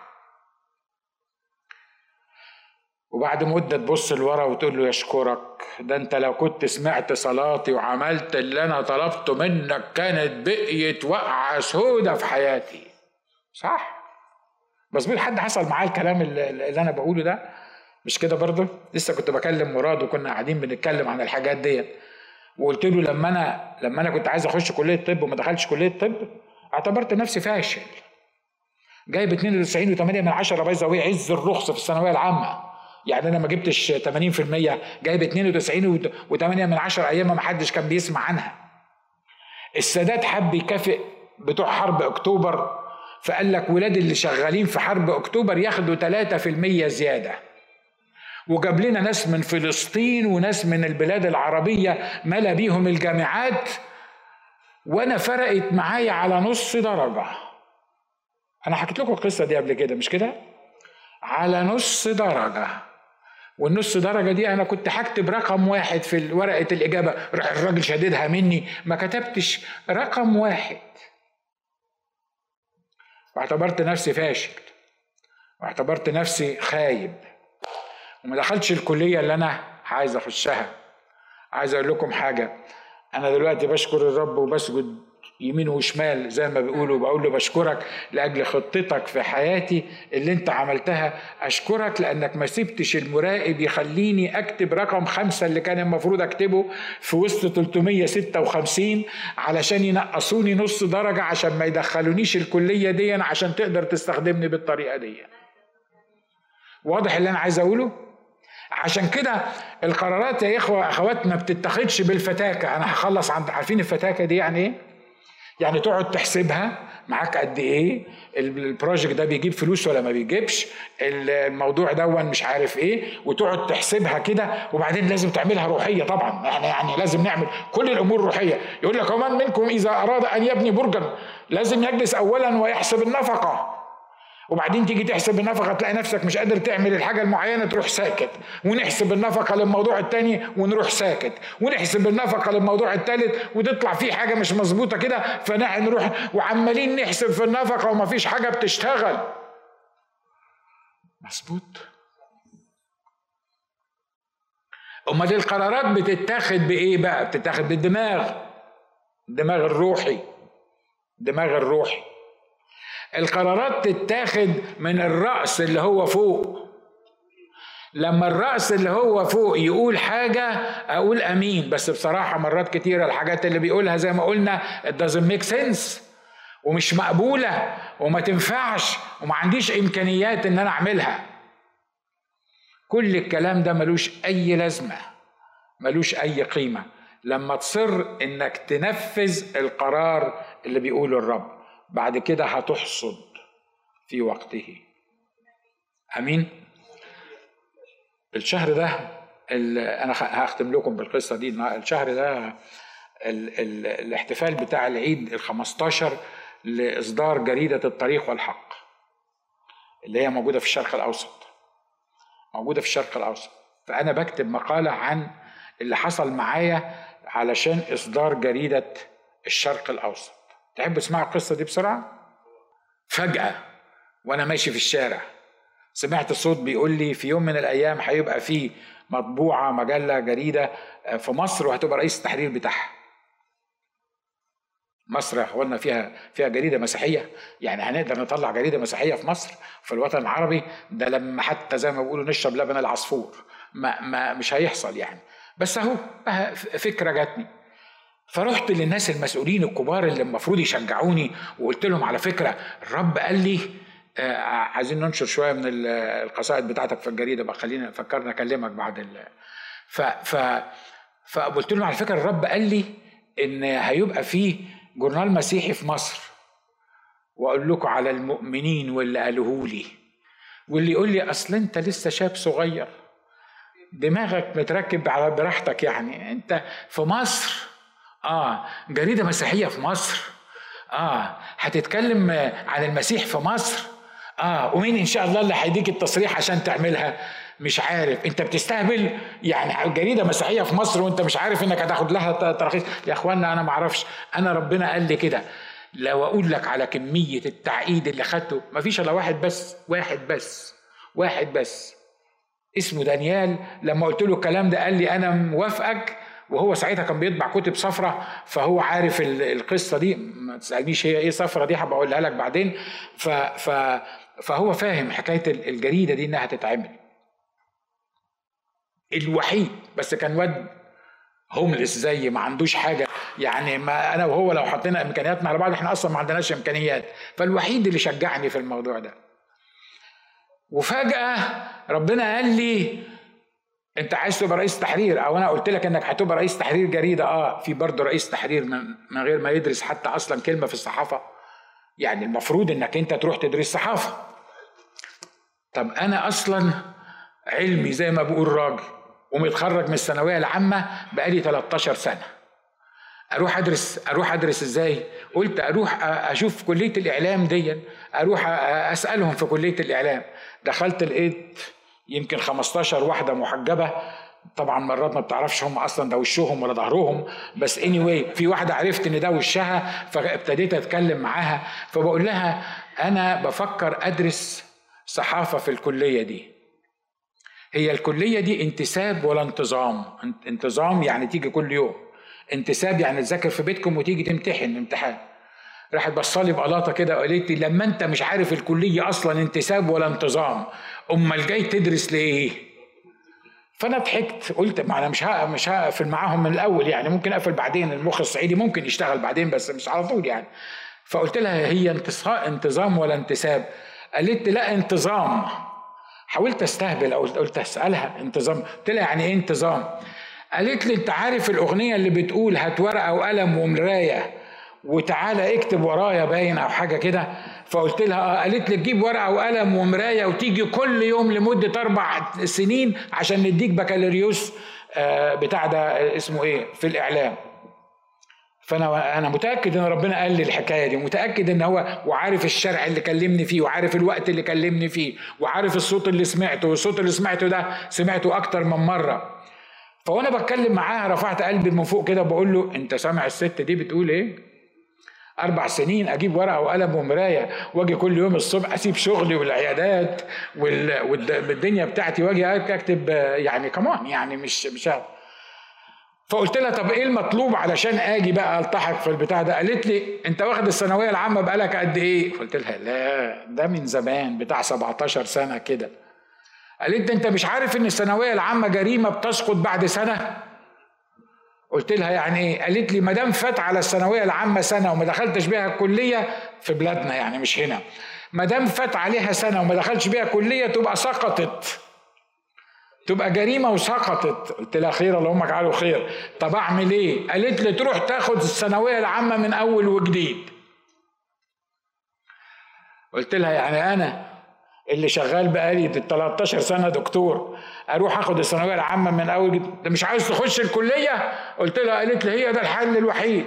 وبعد مدة تبص لورا وتقول له يشكرك، ده انت لو كنت سمعت صلاتي وعملت اللي انا طلبته منك كانت بقيت وقعة سودة في حياتي. صح؟ بس حد حصل معاه الكلام اللي انا بقوله ده؟ مش كده برضه؟ لسه كنت بكلم مراد وكنا قاعدين بنتكلم عن الحاجات دي، وقلت له لما انا كنت عايز اخش كلية طب وما دخلتش كلية طب، اعتبرت نفسي فاشل. جايب 92.8 بايظه وهي عز الرخص في الثانوية العامة. يعني انا ما جبتش 80%، جايب 92.8 ايام ما حدش كان بيسمع عنها. السادات حب يكافئ بتوع حرب اكتوبر، فقال لك ولاد اللي شغالين في حرب اكتوبر ياخدوا 3% زياده، وجاب لنا ناس من فلسطين وناس من البلاد العربيه ملا بيهم الجامعات، وانا فرقت معايا على نص درجه. انا حكيت لكم القصه دي قبل كده مش كده؟ على نص درجه، والنص درجة دي أنا كنت هكتب رقم 1 في ورقة الإجابة، الراجل شددها مني، ما كتبتش رقم 1، واعتبرت نفسي فاشل، واعتبرت نفسي خايب، وما دخلتش الكلية اللي أنا عايز أخشها. عايز أقول لكم حاجة، أنا دلوقتي بشكر الرب وبسجد يمين وشمال زي ما بيقولوا، بقول له بشكرك لأجل خطتك في حياتي اللي انت عملتها. أشكرك لأنك ما سبتش المراقب يخليني أكتب رقم 5 اللي كان المفروض أكتبه في وسط 356 علشان ينقصوني نص درجة، عشان ما يدخلونيش الكلية دي عشان تقدر تستخدمني بالطريقة دي. واضح اللي أنا عايز أقوله؟ عشان كده القرارات يا إخوة أخواتنا بتتخذش بالفتاكة. أنا هخلص عارفين الفتاكة دي يعني إيه؟ يعني تقعد تحسبها معاك قد ايه، البروجكت ده بيجيب فلوس ولا ما بيجيبش، الموضوع ده مش عارف ايه، وتقعد تحسبها كده. وبعدين لازم تعملها روحية طبعا، يعني لازم نعمل كل الامور روحية. يقول لك ومن منكم اذا اراد ان يبني برجا لازم يجلس اولا ويحسب النفقة، وبعدين تيجي تحسب النفقة تلاقي نفسك مش قادر تعمل الحاجة المعينة تروح ساكت، ونحسب النفقة للموضوع التاني ونروح ساكت، ونحسب النفقة للموضوع التالت وتطلع فيه حاجة مش مظبوطة كده فنروح وعمالين نحسب في النفقة ومفيش حاجة بتشتغل مظبوط. امال القرارات بتتاخد بايه بقى؟ بتتاخد بالدماغ، الدماغ الروحي، الدماغ الروحي. القرارات تتاخد من الرأس اللي هو فوق. لما الرأس اللي هو فوق يقول حاجة أقول أمين، بس بصراحة مرات كتيرة الحاجات اللي بيقولها زي ما قلنا it doesn't make sense ومش مقبولة وما تنفعش وما عنديش إمكانيات إن أنا أعملها. كل الكلام ده ملوش أي لازمة، ملوش أي قيمة لما تصر إنك تنفذ القرار اللي بيقوله الرب. بعد كده هتحصد في وقته. امين. الشهر ده انا هختم لكم بالقصه دي. الشهر ده الاحتفال بتاع العيد ال15 لاصدار جريده الطريق والحق اللي هي موجوده في الشرق الاوسط، موجوده في الشرق الاوسط. فانا بكتب مقاله عن اللي حصل معايا علشان اصدار جريده الشرق الاوسط. تحبوا تسمعوا القصة دي بسرعة؟ فجأة وأنا ماشي في الشارع سمعت صوت بيقول لي في يوم من الأيام هيبقى فيه مطبوعة مجلة جريدة في مصر وهتبقى رئيس التحرير بتاعها. مصر قلنا فيها جريدة مسيحية، يعني هنقدر نطلع جريدة مسيحية في مصر في الوطن العربي ده لما حتى زي ما بيقولوا نشرب لبن العصفور ما مش هيحصل يعني. بس اهو فكرة جاتني، فرحت للناس المسؤولين الكبار اللي المفروض يشجعوني وقلت لهم على فكرة الرب قال لي عايزين ننشر شوية من القصائد بتاعتك في الجريدة بقى، خلينا فكرنا اكلمك بعد فقلت له على فكره الرب قال لي ان هيبقى فيه جورنال مسيحي في مصر، واقول لكم على المؤمنين واللي قالوه لي، واللي يقول لي اصل انت لسه شاب صغير دماغك متركب على براحتك، يعني انت في مصر جريده مسيحيه في مصر، هتتكلم عن المسيح في مصر، ومين ان شاء الله اللي هيديك التصريح عشان تعملها؟ مش عارف، انت بتستهبل؟ يعني جريده مسيحيه في مصر وانت مش عارف انك هتاخد لها تراخيص؟ يا اخوانا انا ما اعرفش، انا ربنا قال لي كده. لو اقول لك على كميه التعقيد اللي خدته، ما فيش الا واحد بس اسمه دانيال، لما قلت له الكلام ده قال لي انا موافقك، وهو ساعتها كان بيطبع كتب صفرة، فهو عارف القصه دي، ما تسالنيش هي ايه صفرة دي، هبقى اقولها لك بعدين. فهو فاهم حكايه الجريده دي انها تتعمل. الوحيد بس كان واد هوملس زي ما عندوش حاجه، يعني ما انا وهو لو حطينا امكانياتنا على بعض احنا اصلا ما عندناش امكانيات، فالوحيد اللي شجعني في الموضوع ده. وفجاه ربنا قال لي انت عايز تبقى رئيس تحرير، او انا قلت لك انك هتبقى رئيس تحرير جريده. في برضه رئيس تحرير من غير ما يدرس حتى اصلا كلمه في الصحافه، يعني المفروض انك انت تروح تدرس صحافه. طب انا اصلا علمي زي ما بقول راجل ومتخرج من الثانويه العامه بقالي 13 سنه، اروح ادرس ازاي؟ قلت اروح اشوف كليه الاعلام دي، اروح اسالهم في كليه الاعلام. دخلت لقيت يمكن 15 واحده محجبه، طبعا مرات ما بتعرفش هم اصلا ده وشهم ولا ظهرهم، بس anyway في واحده عرفت ان ده وشها، فابتديت اتكلم معاها، فبقول لها انا بفكر ادرس صحافه في الكليه دي. هي الكليه دي انتساب ولا انتظام؟ انتظام يعني تيجي كل يوم، انتساب يعني تذاكر في بيتكم وتيجي تمتحن امتحان. راحت بصالي بقلاطه كده وقالت لي لما انت مش عارف الكليه اصلا انتساب ولا انتظام، امال جاي تدرس ليه؟ فانا ضحكت، قلت ما انا مش هقفل معاهم من الاول، يعني ممكن اقفل بعدين، المخ الصعيدي ممكن يشتغل بعدين بس مش على طول يعني. فقلت لها هي انتظام ولا انتساب؟ قالت لي لا انتظام. حاولت استهبل، قلت اسالها انتظام، قلت لها يعني ايه انتظام؟ قالت لي انت عارف الاغنيه اللي بتقول هات ورقه وقلم ومرايه وتعالى اكتب ورايا باين او حاجه كده؟ فقلت لها قالت لي تجيب ورقه وقلم ومرايه وتيجي كل يوم لمده 4 سنين عشان نديك بكالوريوس بتاع ده اسمه ايه في الاعلام. فانا متاكد ان ربنا قال لي الحكايه دي، متاكد ان هو وعارف الشرع اللي كلمني فيه، وعارف الوقت اللي كلمني فيه، وعارف الصوت اللي سمعته، والصوت اللي سمعته ده سمعته اكتر من مره. فوانا بتكلم معاها رفعت قلبي من فوق كده وبقول له انت سامع الست دي بتقول ايه؟ 4 سنين اجيب ورقه وقلم ومرايه واجي كل يوم الصبح اسيب شغلي والعيادات والدنيا بتاعتي واجي اكتب؟ يعني كمان يعني مش عارف. فقلت لها طب ايه المطلوب علشان اجي بقى التحق في البتاع ده؟ قالت لي انت واخد الثانويه العامه بقالك قد ايه؟ قلت لها لا ده من زمان بتاع 17 سنه كده. قالت لي انت مش عارف ان الثانويه العامه جريمه بتسقط بعد سنه؟ قلت لها يعني ايه؟ قالت لي ما دام فات على الثانويه العامه سنه وما دخلتش بيها الكليه في بلادنا يعني مش هنا، ما دام فات عليها سنه وما دخلتش بيها كليه تبقى سقطت، تبقى جريمه وسقطت. قلت لها خير اللهم اجعله خير. طب اعمل ايه؟ قالت لي تروح تاخد الثانويه العامه من اول وجديد. قلت لها يعني انا اللي شغال بقالي 13 سنه دكتور اروح اخد الثانويه العامه من اول جديد؟ انت مش عايز تخش الكليه؟ قلت لها. قالت لي هي ده الحل الوحيد.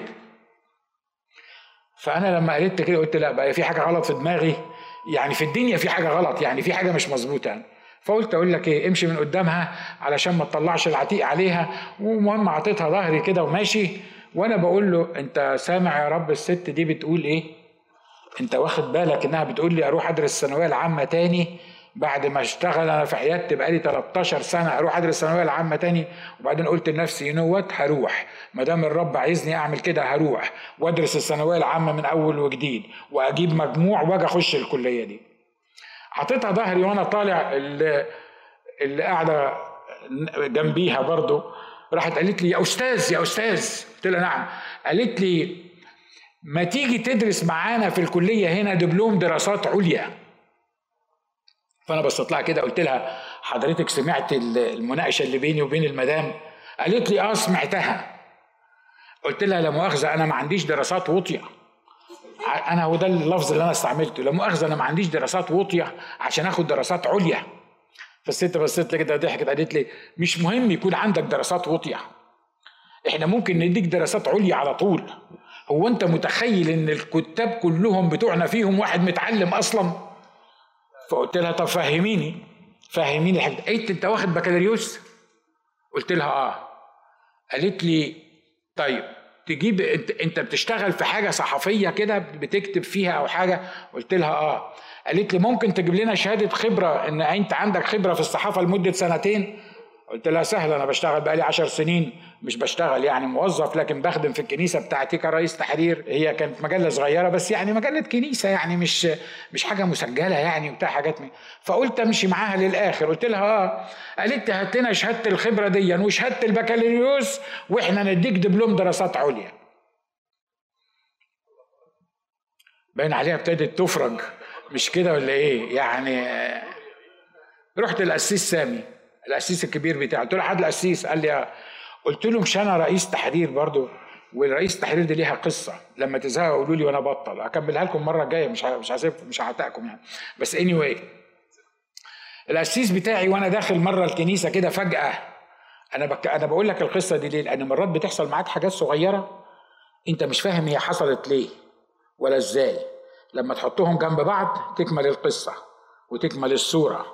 فانا لما قالت كده قلت لا بقى في حاجه غلط في دماغي، يعني في الدنيا في حاجه غلط، يعني في حاجه مش مظبوطه يعني. فقلت اقول لك ايه، امشي من قدامها علشان ما تطلعش العتيق عليها. ومهم عطيتها ظهري كده وماشي، وانا بقول له انت سامع يا رب الست دي بتقول ايه؟ انت واخد بالك انها بتقول لي اروح ادرس الثانويه العامه تاني بعد ما اشتغل انا في عيادتي بقالي 13 سنه، اروح ادرس الثانويه العامه تاني؟ وبعدين قلت لنفسي ينوت هروح، ما دام الرب عايزني اعمل كده هروح وادرس الثانويه العامه من اول وجديد واجيب مجموع واجي اخش الكليه دي. حطيتها ظهري وانا طالع، اللي قاعده جنبيها برضو راحت قالت لي يا استاذ يا استاذ. قلت لها نعم. قالت لي ما تيجي تدرس معانا في الكليه هنا دبلوم دراسات عليا. فانا بصيت لها كده قلت لها حضرتك سمعت المناقشه اللي بيني وبين المدام؟ قالت لي سمعتها. قلت لها لا مؤاخذه انا ما عنديش دراسات وطيه. انا هو ده اللفظ اللي انا استعملته، لا مؤاخذه انا ما عنديش دراسات وطيه عشان اخد دراسات عليا. فالست بصت لي كده ضحكت قالت لي مش مهم يكون عندك دراسات وطيه، احنا ممكن نديك دراسات عليا على طول. هو انت متخيل ان الكتاب كلهم بتوعنا فيهم واحد متعلم اصلا؟ فقلت لها طب فهميني الحاجة. قالت انت واخد بكالوريوس؟ قلت لها قالت لي طيب تجيب انت بتشتغل في حاجه صحفيه كده بتكتب فيها او حاجه؟ قلت لها قالت لي ممكن تجيب لنا شهاده خبره ان انت عندك خبره في الصحافه لمده 2 سنين؟ قلت لها سهل، انا بشتغل بقالي 10 سنين، مش بشتغل يعني موظف لكن بخدم في الكنيسه بتاعتي كرئيس تحرير. هي كانت مجله صغيره بس يعني مجله كنيسه يعني مش حاجه مسجله يعني وبتاع حاجات فقلت امشي معاها للاخر. قلت لها قالت لي هات لنا شهاده الخبره دي وشهاده البكالوريوس واحنا نديك دبلوم دراسات عليا. باين عليها ابتدت تفرج، مش كده ولا ايه يعني؟ رحت القسيس سامي القسيس الكبير بتاعه، قلت له حد القسيس؟ قال لي قلت له مش انا رئيس تحرير برضو؟ والرئيس التحرير دي ليها قصه، لما تزهقوا قولوا لي وانا بطل اكملها لكم المره الجايه، مش هسيبكم مش هعتقكم يعني. بس anyway القسيس بتاعي وانا داخل مره الكنيسه كده فجاه، انا بقول لك القصه دي ليه؟ لان مرات بتحصل معاك حاجات صغيره انت مش فاهم هي حصلت ليه ولا ازاي، لما تحطهم جنب بعض تكمل القصه وتكمل الصوره.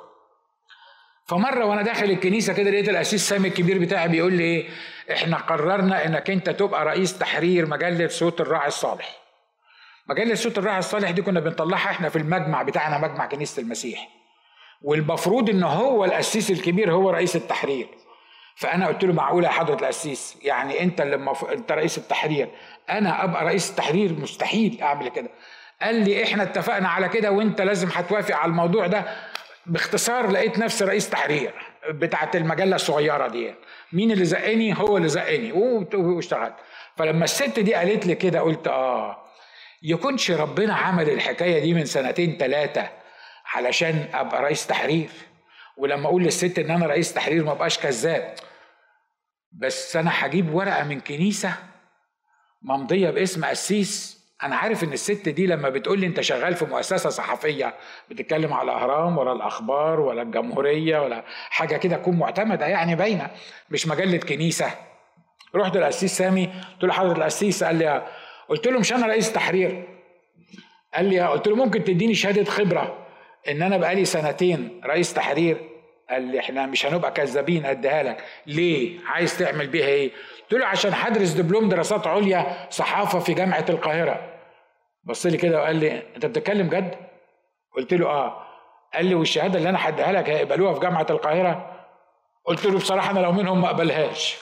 فمره وانا داخل الكنيسه كده لقيت القسيس سامي الكبير بتاعي بيقول لي احنا قررنا انك انت تبقى رئيس تحرير مجله صوت الراعي الصالح. مجله صوت الراعي الصالح دي كنا بنطلعها احنا في المجمع بتاعنا، مجمع كنيسه المسيح، والمفروض ان هو القسيس الكبير هو رئيس التحرير. فانا قلت له معقوله يا حضره القسيس يعني انت انت رئيس التحرير انا ابقى رئيس التحرير؟ مستحيل اعمل كده. قال لي احنا اتفقنا على كده وانت لازم هتوافق على الموضوع ده. باختصار لقيت نفسي رئيس تحرير بتاعت المجله الصغيره دي. مين اللي زقني؟ هو اللي زقني واشتغلت. فلما الست دي قالت لي كده قلت يكونش ربنا عمل الحكايه دي من 2-3 علشان ابقى رئيس تحرير، ولما اقول للست ان انا رئيس تحرير ما ابقاش كذاب. بس انا هجيب ورقه من كنيسه ممضيه باسم قسيس؟ انا عارف ان الست دي لما بتقول لي انت شغال في مؤسسه صحفيه بتتكلم على الاهرام ولا الاخبار ولا الجمهوريه ولا حاجه كده تكون معتمده يعني باينه، مش مجله كنيسه. رحت للقسيس سامي قلت له حضره القسيس. قال لي قلت له مش انا رئيس تحرير؟ قال لي قلت له ممكن تديني شهاده خبره ان انا بقالي 2 رئيس تحرير؟ قال لي احنا مش هنبقى كذابين اديها لك. ليه؟ عايز تعمل بيها ايه؟ قلت له عشان هدرس دبلوم دراسات عليا صحافه في جامعه القاهره. بص لي كده وقال لي انت بتتكلم جد؟ قلت له قال لي والشهاده اللي انا هديها لك هيقبلوها في جامعه القاهره؟ قلت له بصراحه انا لو منهم ما اقبلهاش.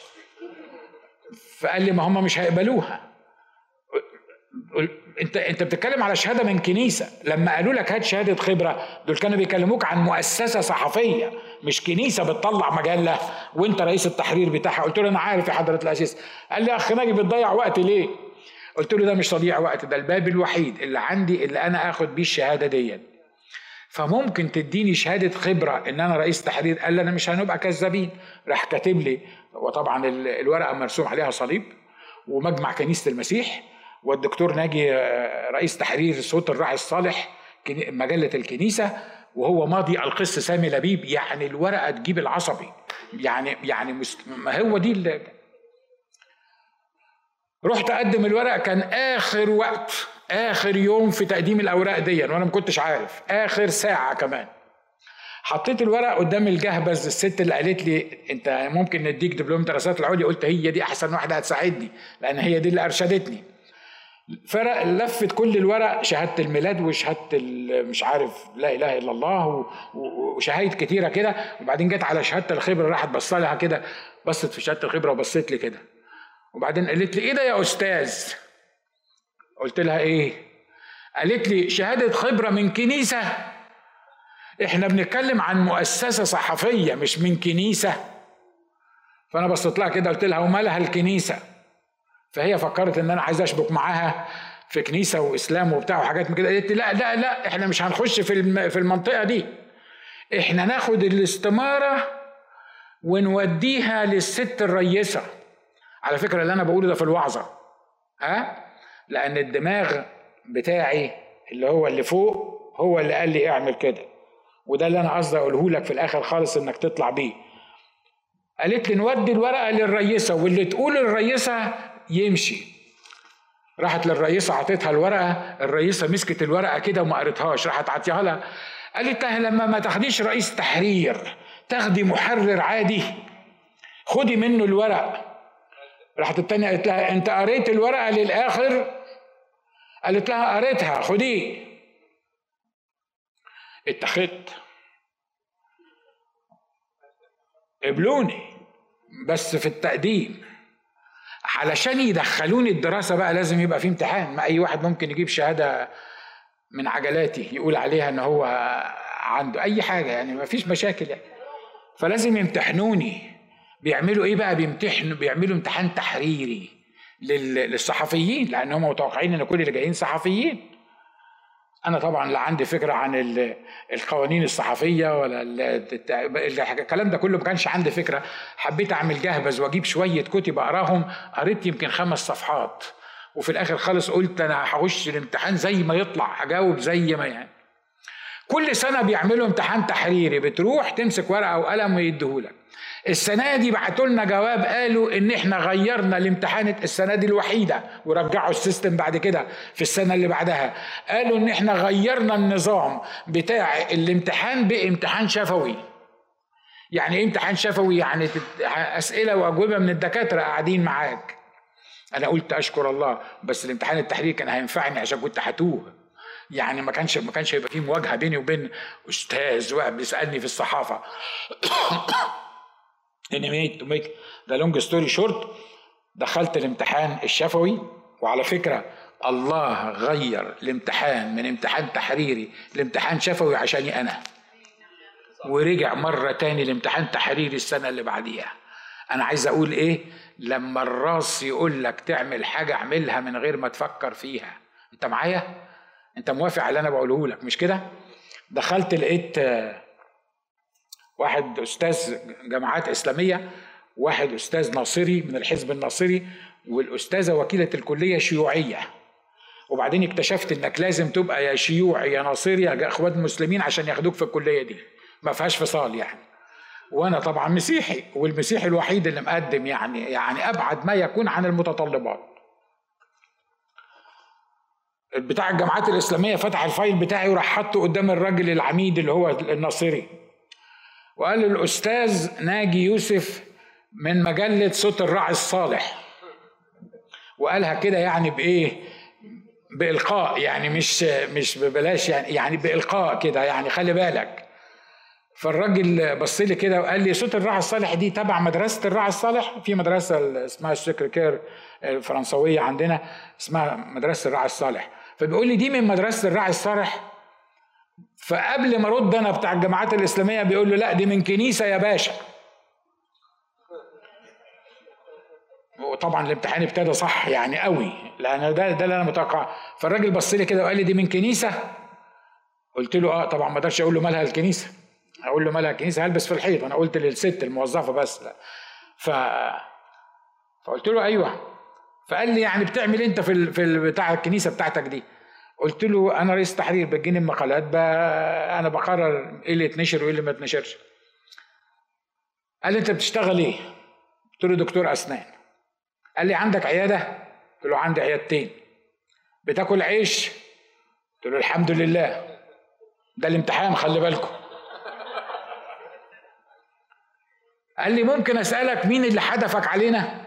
فقال لي ما هم مش هيقبلوها. انت بتتكلم على شهاده من كنيسه، لما قالوا لك هات شهاده خبره دول كانوا بيكلموك عن مؤسسه صحفيه مش كنيسه بتطلع مجله وانت رئيس التحرير بتاعها. قلت له انا عارف يا حضره القسيس. قال لي اخ ناجي بتضيع وقت ليه؟ قلت له ده مش تضييع وقت، ده الباب الوحيد اللي عندي اللي انا اخد بيه الشهاده دي، فممكن تديني شهاده خبره ان انا رئيس تحرير؟ قال لي انا مش هنبقى كذابين. راح كاتب لي، وطبعا الورقه مرسوم عليها صليب ومجمع كنيسه المسيح والدكتور ناجي رئيس تحرير صوت الراعي الصالح مجله الكنيسه، وهو ماضي القس سامي لبيب. يعني الورقه تجيب العصبي يعني هو دي رحت اقدم الورق. كان اخر وقت اخر يوم في تقديم الاوراق دي وانا ما كنتش عارف، اخر ساعه كمان. حطيت الورق قدام الجهبذ الست اللي قالت لي انت ممكن نديك دبلوم دراسات العليا. قلت هي دي احسن واحده هتساعدني لان هي دي اللي ارشدتني. فرق لفت كل الورق، شهاده الميلاد وشهاده مش عارف لا اله الا الله وشهايد كتيره كده، وبعدين جت على شهاده الخبره راحت بص لها كده، بصت في شهاده الخبره وبصت لي كده، وبعدين قالت لي ايه ده يا استاذ؟ قلت لها ايه؟ قالت لي شهاده خبره من كنيسه؟ احنا بنتكلم عن مؤسسه صحفيه مش من كنيسه. فانا بصيت لها كده قلت لها ومالها الكنيسه؟ فهي فكرت ان انا عايز اشبك معاها في كنيسه واسلام وبتاع وحاجات من كده. قالت لي لا لا لا احنا مش هنخش في المنطقه دي، احنا ناخد الاستماره ونوديها للست الريسة. على فكرة اللي أنا بقوله ده في الوعظة، لأن الدماغ بتاعي اللي هو اللي فوق هو اللي قال لي اعمل كده، وده اللي أنا قصدي أقوله لك في الآخر خالص إنك تطلع بيه. قالت لي نودي الورقة للريسة، واللي تقول الريسة يمشي. راحت للرئيسة عطيتها الورقة، الرئيسة مسكت الورقة كده وما قريتهاش، راحت عطيها لها قالت لها لما ما تاخديش رئيس تحرير تاخدي محرر عادي، خدي منه الورق. راحت التانية قالت لها انت قريت الورقة للآخر؟ قالت لها قريتها، خديه. اتخذت، قبلوني بس في التقديم. علشان يدخلوني الدراسة بقى لازم يبقى في امتحان، ما أي واحد ممكن يجيب شهادة من عجلاتي يقول عليها ان هو عنده اي حاجة، يعني ما فيش مشاكل يعني. فلازم يمتحنوني. بيعملوا ايه بقى؟ بيعملوا امتحان تحريري للصحفيين، لان هم متوقعين ان كل اللي جايين صحفيين. انا طبعا لا عندي فكرة عن القوانين الصحفية ولا الكلام ده كله، ما كانش عندي فكرة. حبيت اعمل جهبذ واجيب شوية كتب اقراهم، قريت يمكن 5 صفحات، وفي الاخر خالص قلت انا هخش الامتحان زي ما يطلع هجاوب زي ما يعني. كل سنة بيعملوا امتحان تحريري، بتروح تمسك ورقة وقلم ويديهولك. السنة دي بعتوا لنا جواب قالوا ان احنا غيرنا الامتحان السنة دي الوحيدة، ورجعوا السيستم بعد كده في السنة اللي بعدها. قالوا ان احنا غيرنا النظام بتاع الامتحان بامتحان شفوي. يعني ايه امتحان شفوي؟ يعني اسئلة واجوبة من الدكاترة قاعدين معاك. انا قلت اشكر الله، بس الامتحان التحريري كان هينفعني عشان كنت هتوه. يعني ما كانش هيبقى فيه مواجهه بيني وبين استاذ واحد بيسالني في الصحافه. ده لونج ستوري شورت، دخلت الامتحان الشفوي. وعلى فكره الله غير الامتحان من امتحان تحريري لامتحان شفوي عشاني انا، ورجع مره تاني لامتحان تحريري السنه اللي بعديها. انا عايز اقول ايه؟ لما الراس يقول لك تعمل حاجه اعملها من غير ما تفكر فيها. انت معايا؟ انت موافق على اللي انا بقوله لك مش كده؟ دخلت لقيت واحد استاذ جامعات اسلاميه، واحد استاذ ناصري من الحزب الناصري، والاستاذه وكيله الكليه شيوعيه. وبعدين اكتشفت انك لازم تبقى يا شيوعي يا ناصري يا اخوات مسلمين عشان ياخدوك في الكليه دي، ما فيهاش فصال يعني. وانا طبعا مسيحي، والمسيحي الوحيد اللي مقدم يعني ابعد ما يكون عن المتطلبات. بتاع الجامعات الاسلاميه فتح الفايل بتاعي وراح حطه قدام الراجل العميد اللي هو الناصري، وقال الاستاذ ناجي يوسف من مجله صوت الراعي الصالح. وقالها كده يعني بايه؟ بالقاء، يعني مش ببلاش، يعني بالقاء كده، يعني خلي بالك. فالراجل بص لي كده وقال لي صوت الراعي الصالح دي تبع مدرسه الراعي الصالح، في مدرسه اسمها السكركير الفرنسويه عندنا اسمها مدرسه الراعي الصالح. فبيقول لي دي من مدرسه الراعي الصالح. فقبل ما ارد انا بتاع الجامعات الاسلاميه بيقول له لا دي من كنيسه يا باشا. وطبعا الامتحان ابتدى صح يعني قوي، لان ده اللي انا متوقع. فالراجل بص لي كده وقال لي دي من كنيسه. قلت له طبعا ما اقدرش اقول له مالها الكنيسه، اقول له مالها الكنيسه هلبس في الحيط. انا قلت للست الموظفه بس لا. فقلت له ايوه. فقال لي يعني بتعمل انت في بتاع الكنيسه بتاعتك دي؟ قلت له انا رئيس تحرير، بتجيني المقالات انا بقرر ايه اللي يتنشر وايه اللي ما يتنشرش. قال لي انت بتشتغل ايه؟ قلت له دكتور اسنان. قال لي عندك عياده؟ قلت له عندي عيادتين. بتاكل عيش؟ قلت له الحمد لله. ده الامتحان خلي بالكم. قال لي ممكن اسالك مين اللي حدفك علينا؟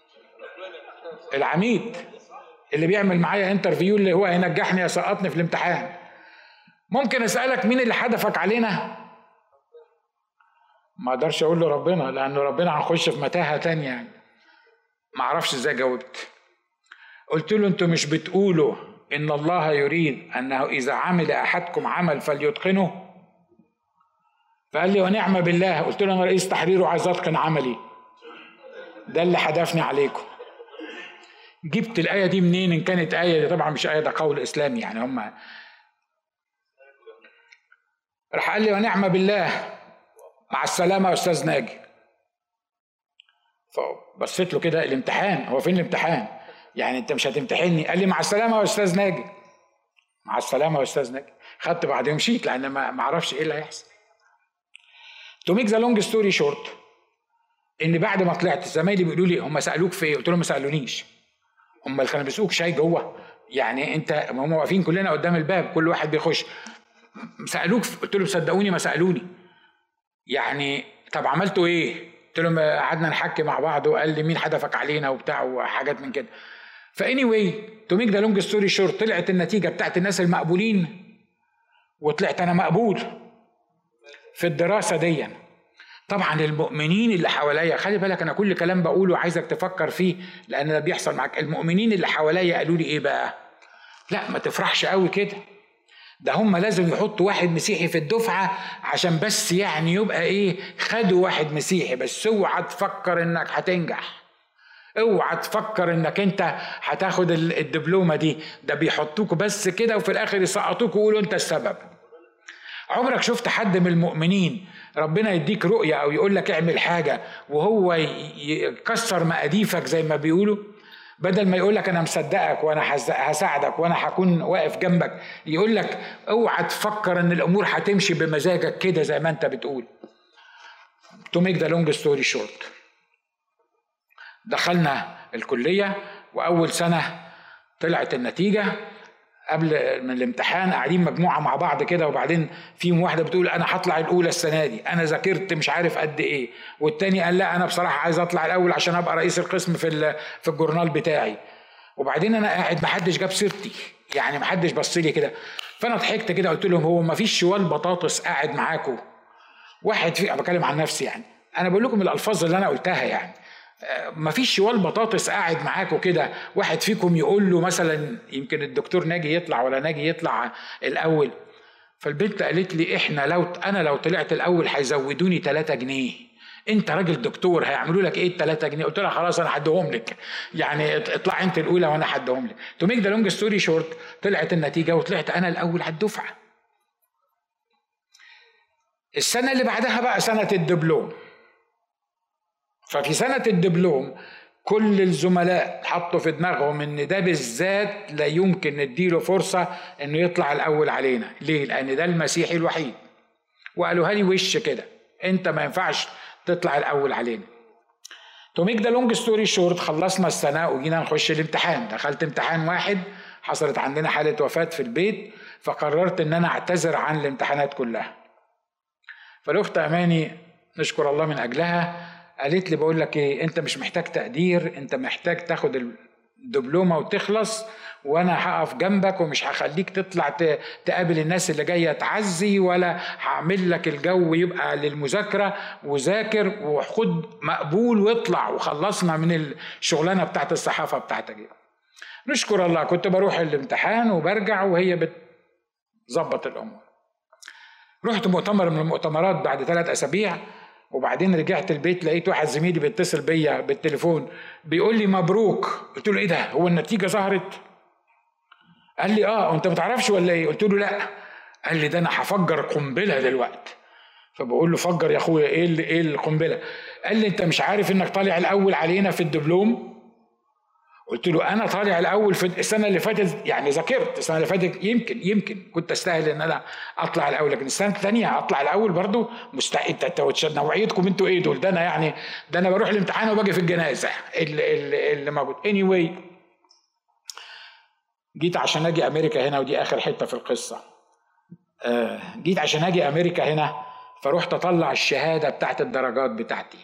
العميد اللي بيعمل معايا انترفيو اللي هو هينجحني يسقطني في الامتحان. ممكن اسالك مين اللي حدفك علينا؟ ما اقدرش اقول له ربنا، لانه ربنا هنخش في متاهه تانية يعني. ما اعرفش ازاي جاوبت. قلت له انتوا مش بتقولوا ان الله يريد انه اذا عمل احدكم عمل فليتقنه؟ فقال لي ونعم بالله. قلت له انا رئيس تحرير وعايز اتقن عملي، ده اللي حدفني عليكم. جبت الآية دي منين؟ إن كانت آية دي طبعا مش آية، ده قول إسلامي يعني. هم راح قال لي ونعم بالله، مع السلامة يا أستاذ ناجي. فبصيت له كده، الامتحان هو فين الامتحان؟ يعني انت مش هتمتحني؟ قال لي مع السلامه يا استاذ ناجي. مع السلامه يا استاذ ناجي. خدت بعضي ومشيت لان ما اعرفش ايه اللي هيحصل. تو ميك ذا لونج ستوري شورت، ان بعد ما طلعت زمايلي بيقولوا لي هم سالوك في ايه؟ قلت لهم ما سالونيش، هم اللي كانوا بيسوقوا شاي جوه. يعني انت، هم واقفين كلنا قدام الباب، كل واحد بيخش. سالوك؟ قلت لهم صدقوني ما سالوني. يعني طب عملتوا ايه؟ قلت لهم قعدنا نحكي مع بعض، وقال لي مين حدفك علينا وبتاع وحاجات من كده. فاني واي تو ميك ذا لونج ستوري شورت، طلعت النتيجه بتاعت الناس المقبولين، وطلعت انا مقبول في الدراسه دي. طبعا المؤمنين اللي حواليا، خلي بالك انا كل كلام بقوله عايزك تفكر فيه لان ده بيحصل معاك. المؤمنين اللي حواليا قالوا لي ايه بقى؟ لا ما تفرحش قوي كده، ده هم لازم يحطوا واحد مسيحي في الدفعه عشان بس يعني يبقى ايه، خدوا واحد مسيحي بس. اوعى تفكر انك هتنجح، اوعى تفكر انك انت هتاخد الدبلومه دي، ده بيحطوك بس كده وفي الاخر يسقطوك ويقولوا انت السبب. عمرك شفت حد من المؤمنين ربنا يديك رؤية او يقول لك اعمل حاجة وهو يكسر مقاديفك زي ما بيقولوا؟ بدل ما يقول لك انا مصدقك وانا هساعدك وانا هكون واقف جنبك، يقول لك اوعى تفكر ان الامور هتمشي بمزاجك كده زي ما انت بتقول. to make the long story short، دخلنا الكلية واول سنة طلعت النتيجة. قبل من الامتحان قاعدين مجموعة مع بعض كده، وبعدين فيهم واحدة بتقول أنا هطلع الأولى السنة دي، أنا ذاكرت مش عارف قد إيه، والتاني قال لا أنا بصراحة عايز أطلع الأول عشان أبقى رئيس القسم في الجورنال بتاعي. وبعدين أنا قاعد محدش جاب سيرتي، يعني محدش بص لي كده. فأنا ضحكت كده قلت لهم هو مفيش شوال بطاطس قاعد معاكم واحد في، أنا بكلم عن نفسي يعني، أنا بقول لكم الألفاظ اللي أنا قلتها يعني، مفيش شوال بطاطس قاعد معاكم كده واحد فيكم يقول له مثلا يمكن الدكتور ناجي يطلع ولا ناجي يطلع الاول؟ فالبنت قالت لي احنا لو طلعت الاول هيزودوني 3 جنيه، انت راجل دكتور هيعملوا لك ايه 3 جنيه؟ قلت لها خلاص انا هديهم لك، يعني اطلع انت الاولى وانا هديهم لك. تو ميك ذا لونج ستوري شورت، طلعت النتيجه وطلعت انا الاول على الدفعه. السنه اللي بعدها بقى سنه الدبلوم، ففي سنة الدبلوم كل الزملاء حطوا في دماغهم ان ده بالذات لا يمكن نديله فرصة انه يطلع الاول علينا. ليه؟ لان ده المسيحي الوحيد، وقالوا لي وش كده انت ما ينفعش تطلع الاول علينا. تو ميك ذا لونج ستوري شورت، خلصنا السنة وجينا نخش الامتحان. دخلت امتحان واحد، حصلت عندنا حالة وفاة في البيت، فقررت ان انا اعتذر عن الامتحانات كلها. فالاخت اماني نشكر الله من اجلها قالت لي بقول لك ايه، انت مش محتاج تقدير، انت محتاج تاخد الدبلومه وتخلص، وانا هقف جنبك ومش هخليك تطلع تقابل الناس اللي جايه تعزي، ولا هعمل لك الجو يبقى للمذاكره، وذاكر وخد مقبول واطلع. وخلصنا من الشغلانه بتاعت الصحافه بتاعتك دي. نشكر الله كنت بروح الامتحان وبرجع وهي بتظبط الامور. رحت مؤتمر من المؤتمرات بعد 3 أسابيع، وبعدين رجعت البيت لقيت واحد زميلي بيتصل بيا بالتليفون بيقول لي مبروك. قلت له ايه ده، هو النتيجه ظهرت؟ قال لي اه، وانت ما تعرفش ولا ايه؟ قلت له لا. قال لي ده انا هفجر قنبله دلوقتي. فبقول له فجر يا اخويا، ايه القنبله؟ قال لي انت مش عارف انك طالع الاول علينا في الدبلوم؟ قلت له انا طالع الاول في السنه اللي فاتت، يعني ذاكرت السنه اللي فاتت يمكن كنت استاهل ان انا اطلع الاول، لكن السنه الثانيه اطلع الاول برضو مستحيل. نوعيتكم انتوا ايه دول؟ ده انا يعني ده انا بروح الامتحان وباجي في الجنازه اللي موجود. anyway جيت عشان اجي امريكا هنا، ودي اخر حته في القصه. جيت عشان اجي امريكا هنا، فروحت اطلع الشهاده بتاعت الدرجات بتاعتي،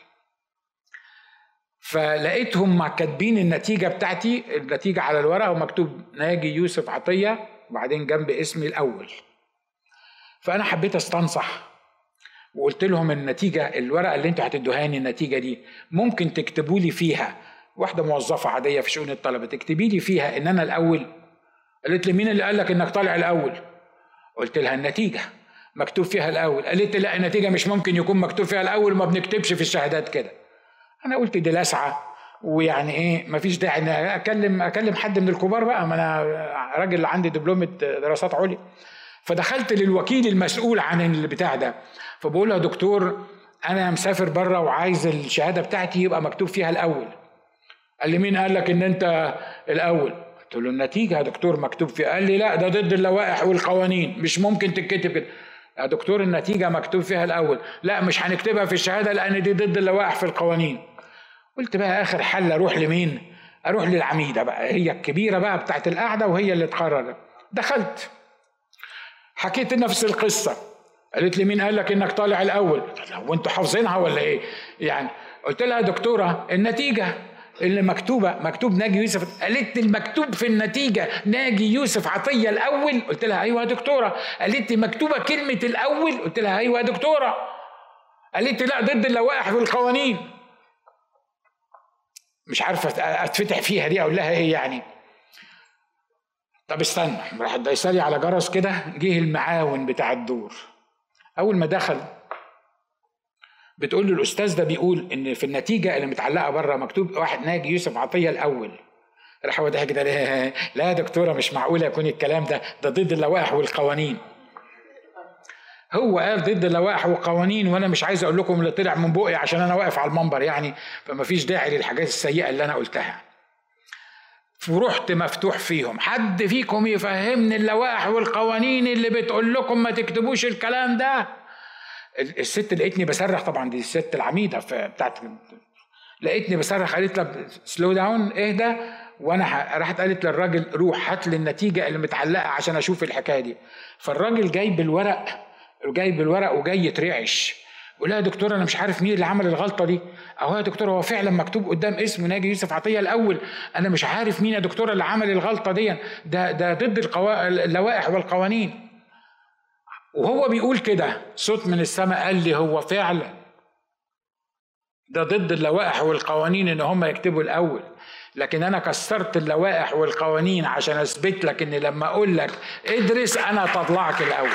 فلقيتهم كاتبين النتيجة بتاعتي، النتيجة على الورقة ومكتوب ناجي يوسف عطية وبعدين جنب اسمي الأول. فأنا حبيت استنصح وقلت لهم النتيجة، الورقة اللي انتوا هتدوهاني النتيجة دي ممكن تكتبوا لي فيها، واحدة موظفة عادية في شؤون الطلبة، تكتبي لي فيها ان انا الأول. قالت لي مين اللي قال لك انك طالع الأول؟ قلت لها النتيجة مكتوب فيها الأول. قالت لي لا، النتيجة مش ممكن يكون مكتوب فيها الأول، ما بنكتبش في الشهادات كده. انا قلت دي لسعه، ويعني ايه مفيش داعي ان اكلم حد من الكبار بقى، ما انا راجل عندي دبلومه دراسات عليا. فدخلت للوكيل المسؤول عن البتاع ده، فبقول له يا دكتور انا مسافر بره وعايز الشهاده بتاعتي يبقى مكتوب فيها الاول. قال لي مين قال لك ان انت الاول؟ قلت له النتيجه يا دكتور مكتوب فيها. قال لي لا، ده ضد اللوائح والقوانين، مش ممكن تتكتب كده. يا دكتور النتيجه مكتوب فيها الاول. لا مش هنكتبها في الشهاده لان دي ضد اللوائح في القوانين. قلت بقى اخر حل اروح لمين؟ اروح للعميده بقى، هي الكبيره بقى بتاعت القعده وهي اللي تقرر. دخلت حكيت نفس القصه. قالت لي مين قال لك انك طالع الاول؟ هو انتوا حافظينها ولا ايه يعني؟ قلت لها يا دكتوره النتيجه اللي مكتوب ناجي يوسف. قالت لي المكتوب في النتيجه ناجي يوسف عطيه الاول؟ قلت لها ايوه يا دكتوره. قالت لي مكتوبه كلمه الاول؟ قلت لها ايوه يا دكتوره. قالت لي لا، ضد اللوائح والقوانين. مش عارفه اتفتح فيها دي اقول لها ايه يعني. طب استنى، راح دايسالي على جرس كده، جه المعاون بتاع الدور. اول ما دخل بتقول له الاستاذ ده بيقول ان في النتيجه اللي متعلقه بره مكتوب واحد ناجي يوسف عطيه الاول. راح هو ضحك كده، لا يا دكتوره مش معقوله يكون الكلام ده ضد اللوائح والقوانين. هو قال ضد اللوائح والقوانين، وانا مش عايز اقول لكم اللي طلع من بوقي عشان انا واقف على المنبر يعني، فما فيش داعي للحاجات السيئه اللي انا قلتها. فرحت مفتوح فيهم. حد فيكم يفهمني اللوائح والقوانين اللي بتقول لكم ما تكتبوش الكلام ده؟ الست لقيتني بصرخ، طبعا دي الست العميده بتاعت، لقيتني بصرخ. قالت لي سلو داون، اهدى. وانا راحت قالت للراجل روح هات لي النتيجه اللي متعلقه عشان اشوف الحكايه دي. فالراجل جايب الورق وجاي يترعش. بقول لها يا دكتور انا مش عارف مين اللي عمل الغلطه دي. اهو يا دكتور هو فعلا مكتوب قدام اسمه ناجي يوسف عطيه الاول. انا مش عارف مين يا دكتور اللي عمل الغلطه دي، ده ضد اللوائح والقوانين. وهو بيقول كده صوت من السماء قال لي هو فعلا ده ضد اللوائح والقوانين ان هم يكتبوا الاول، لكن انا كسرت اللوائح والقوانين عشان اثبت لك ان لما اقول لك ادرس انا تطلعك الاول.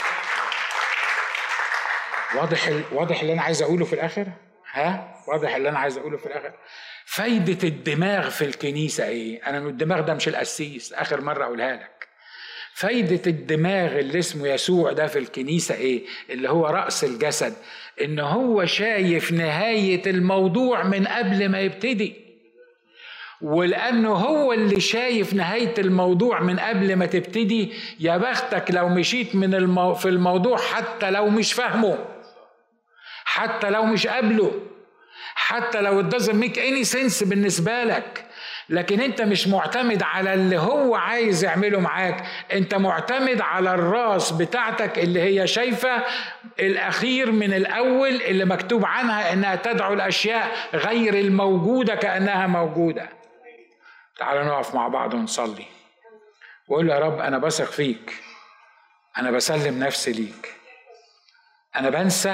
واضح اللي انا عايز اقوله في الاخر؟ واضح اللي انا عايز اقوله في الاخر؟ فايدة الدماغ في الكنيسة ايه؟ انا من الدماغ ده مش القسيس، اخر مرة اقولها لك. فايدة الدماغ اللي اسمه يسوع ده في الكنيسة ايه؟ اللي هو رأس الجسد، ان هو شايف نهاية الموضوع من قبل ما يبتدي. ولأنه هو اللي شايف نهاية الموضوع من قبل ما تبتدي، يا بختك لو مشيت في الموضوع حتى لو مش فاهمه، حتى لو مش قابله، حتى لو it doesn't make any sense بالنسبة لك. لكن انت مش معتمد على اللي هو عايز يعمله معاك، انت معتمد على الراس بتاعتك اللي هي شايفة الاخير من الاول، اللي مكتوب عنها انها تدعو الاشياء غير الموجودة كأنها موجودة. تعالوا نقف مع بعض ونصلي وقول يا رب انا بثق فيك، انا بسلم نفسي ليك، انا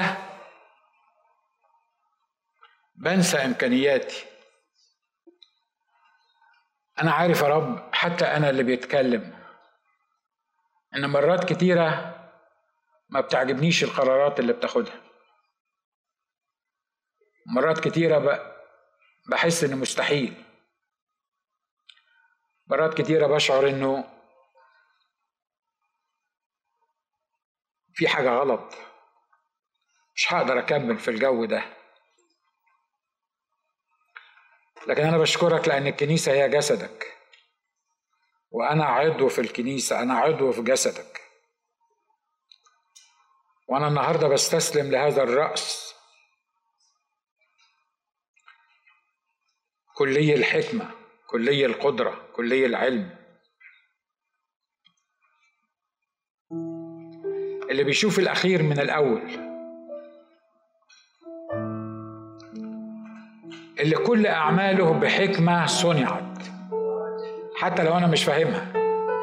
بنسى امكانياتي. انا عارف يا رب حتى انا اللي بيتكلم ان مرات كتيرة ما بتعجبنيش القرارات اللي بتاخدها، مرات كتيرة بحس انه مستحيل، مرات كتيرة بشعر انه في حاجة غلط، مش هقدر اكمل في الجو ده. لكن انا بشكرك لان الكنيسة هي جسدك، وانا عضو في الكنيسة، انا عضو في جسدك، وانا النهاردة بستسلم لهذا الرأس كلي الحكمة، كلي القدرة، كلي العلم، اللي بيشوف الأخير من الأول، اللي كل أعماله بحكمة صنعت حتى لو أنا مش فاهمها،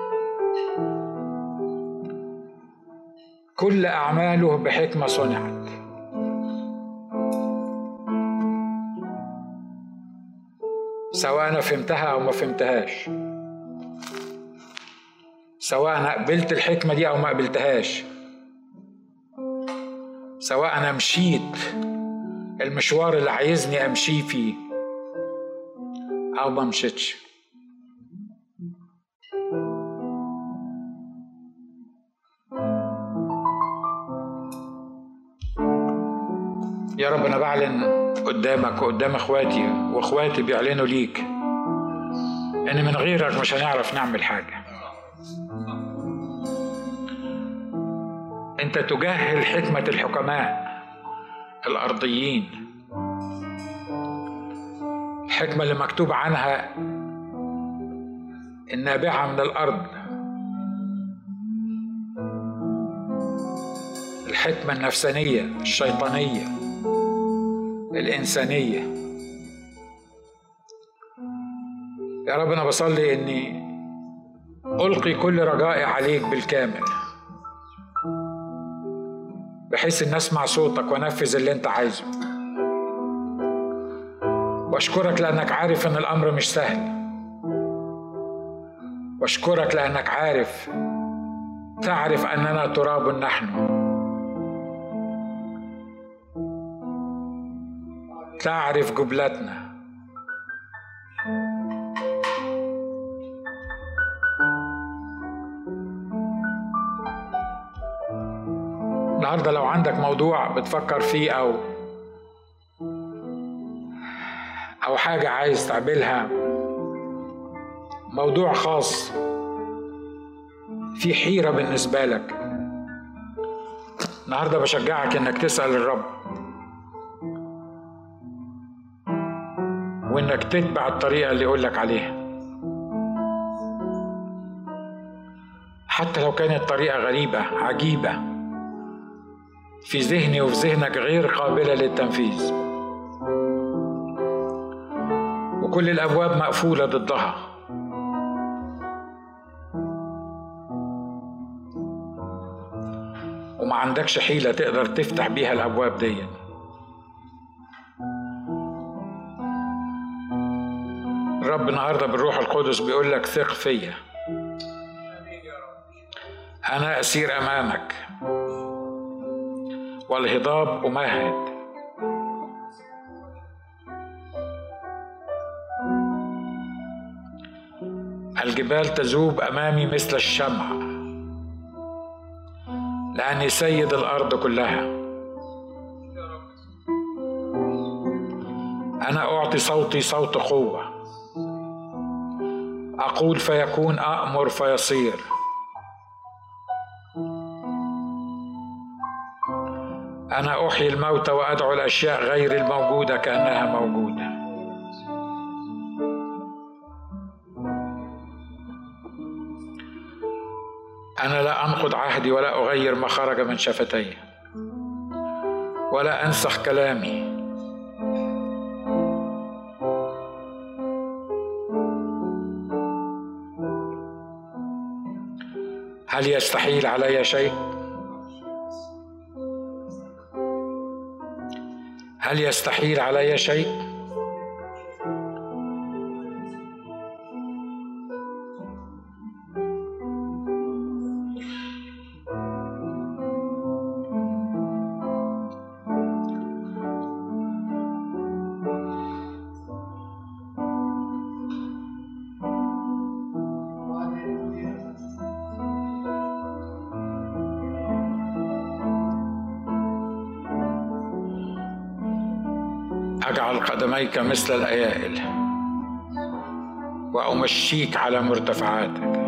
كل أعماله بحكمة صنعت. سواء أنا فهمتها أو ما فهمتهاش، سواء أنا قبلت الحكمة دي أو ما قبلتهاش، سواء أنا مشيت المشوار اللي عايزني أمشي فيه أو ما مشيتش. يا رب أنا بعلن قدامك وقدام إخواتي وإخواتي بيعلنوا ليك إن من غيرك مش هنعرف نعمل حاجة. أنت تجهل حكمة الحكماء الأرضيين، الحكمة اللي مكتوب عنها النابعة من الأرض، الحكمة النفسانية الشيطانية الإنسانية. يا رب أنا بصلي إني ألقي كل رجائي عليك بالكامل، بحيث إن أسمع صوتك وأنفذ اللي أنت عايزه. وأشكرك لأنك عارف إن الأمر مش سهل، وأشكرك لأنك تعرف أننا تراب نحن، تعرف جبلتنا. النهارده لو عندك موضوع بتفكر فيه أو حاجة عايز تعملها، موضوع خاص في حيرة بالنسبة لك، النهارده بشجعك إنك تسأل الرب وإنك تتبع الطريقة اللي يقولك عليها، حتى لو كانت طريقة غريبة عجيبة في ذهني وفي ذهنك غير قابلة للتنفيذ، وكل الأبواب مقفولة ضدها. وما عندكش حيلة تقدر تفتح بيها الأبواب دي. الرب النهاردة بالروح القدس بيقول لك ثق فيا، أنا أسير أمامك والهضاب أمهد. الجبال تذوب أمامي مثل الشمع، لأني سيد الأرض كلها. أنا أعطي صوتي صوت قوة، أقول فيكون، أأمر فيصير. أنا أحيي الموتى وأدعو الأشياء غير الموجودة كأنها موجودة. أنا لا أنقض عهدي ولا أغير ما خرج من شفتي ولا أنسخ كلامي. هل يستحيل علي شيء؟ هل يستحيل علي شيء؟ أجعل قدميك مثل الأيائل وأمشيك على مرتفعاتك.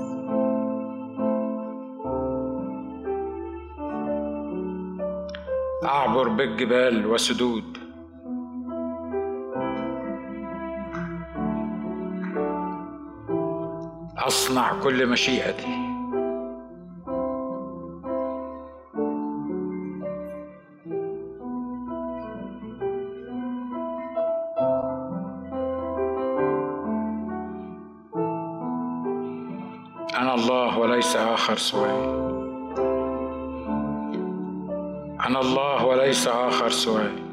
أعبر بالجبال وسدود، أصنع كل مشيئتي. أنا الله وليس آخر سواي، أنا الله وليس آخر سواي.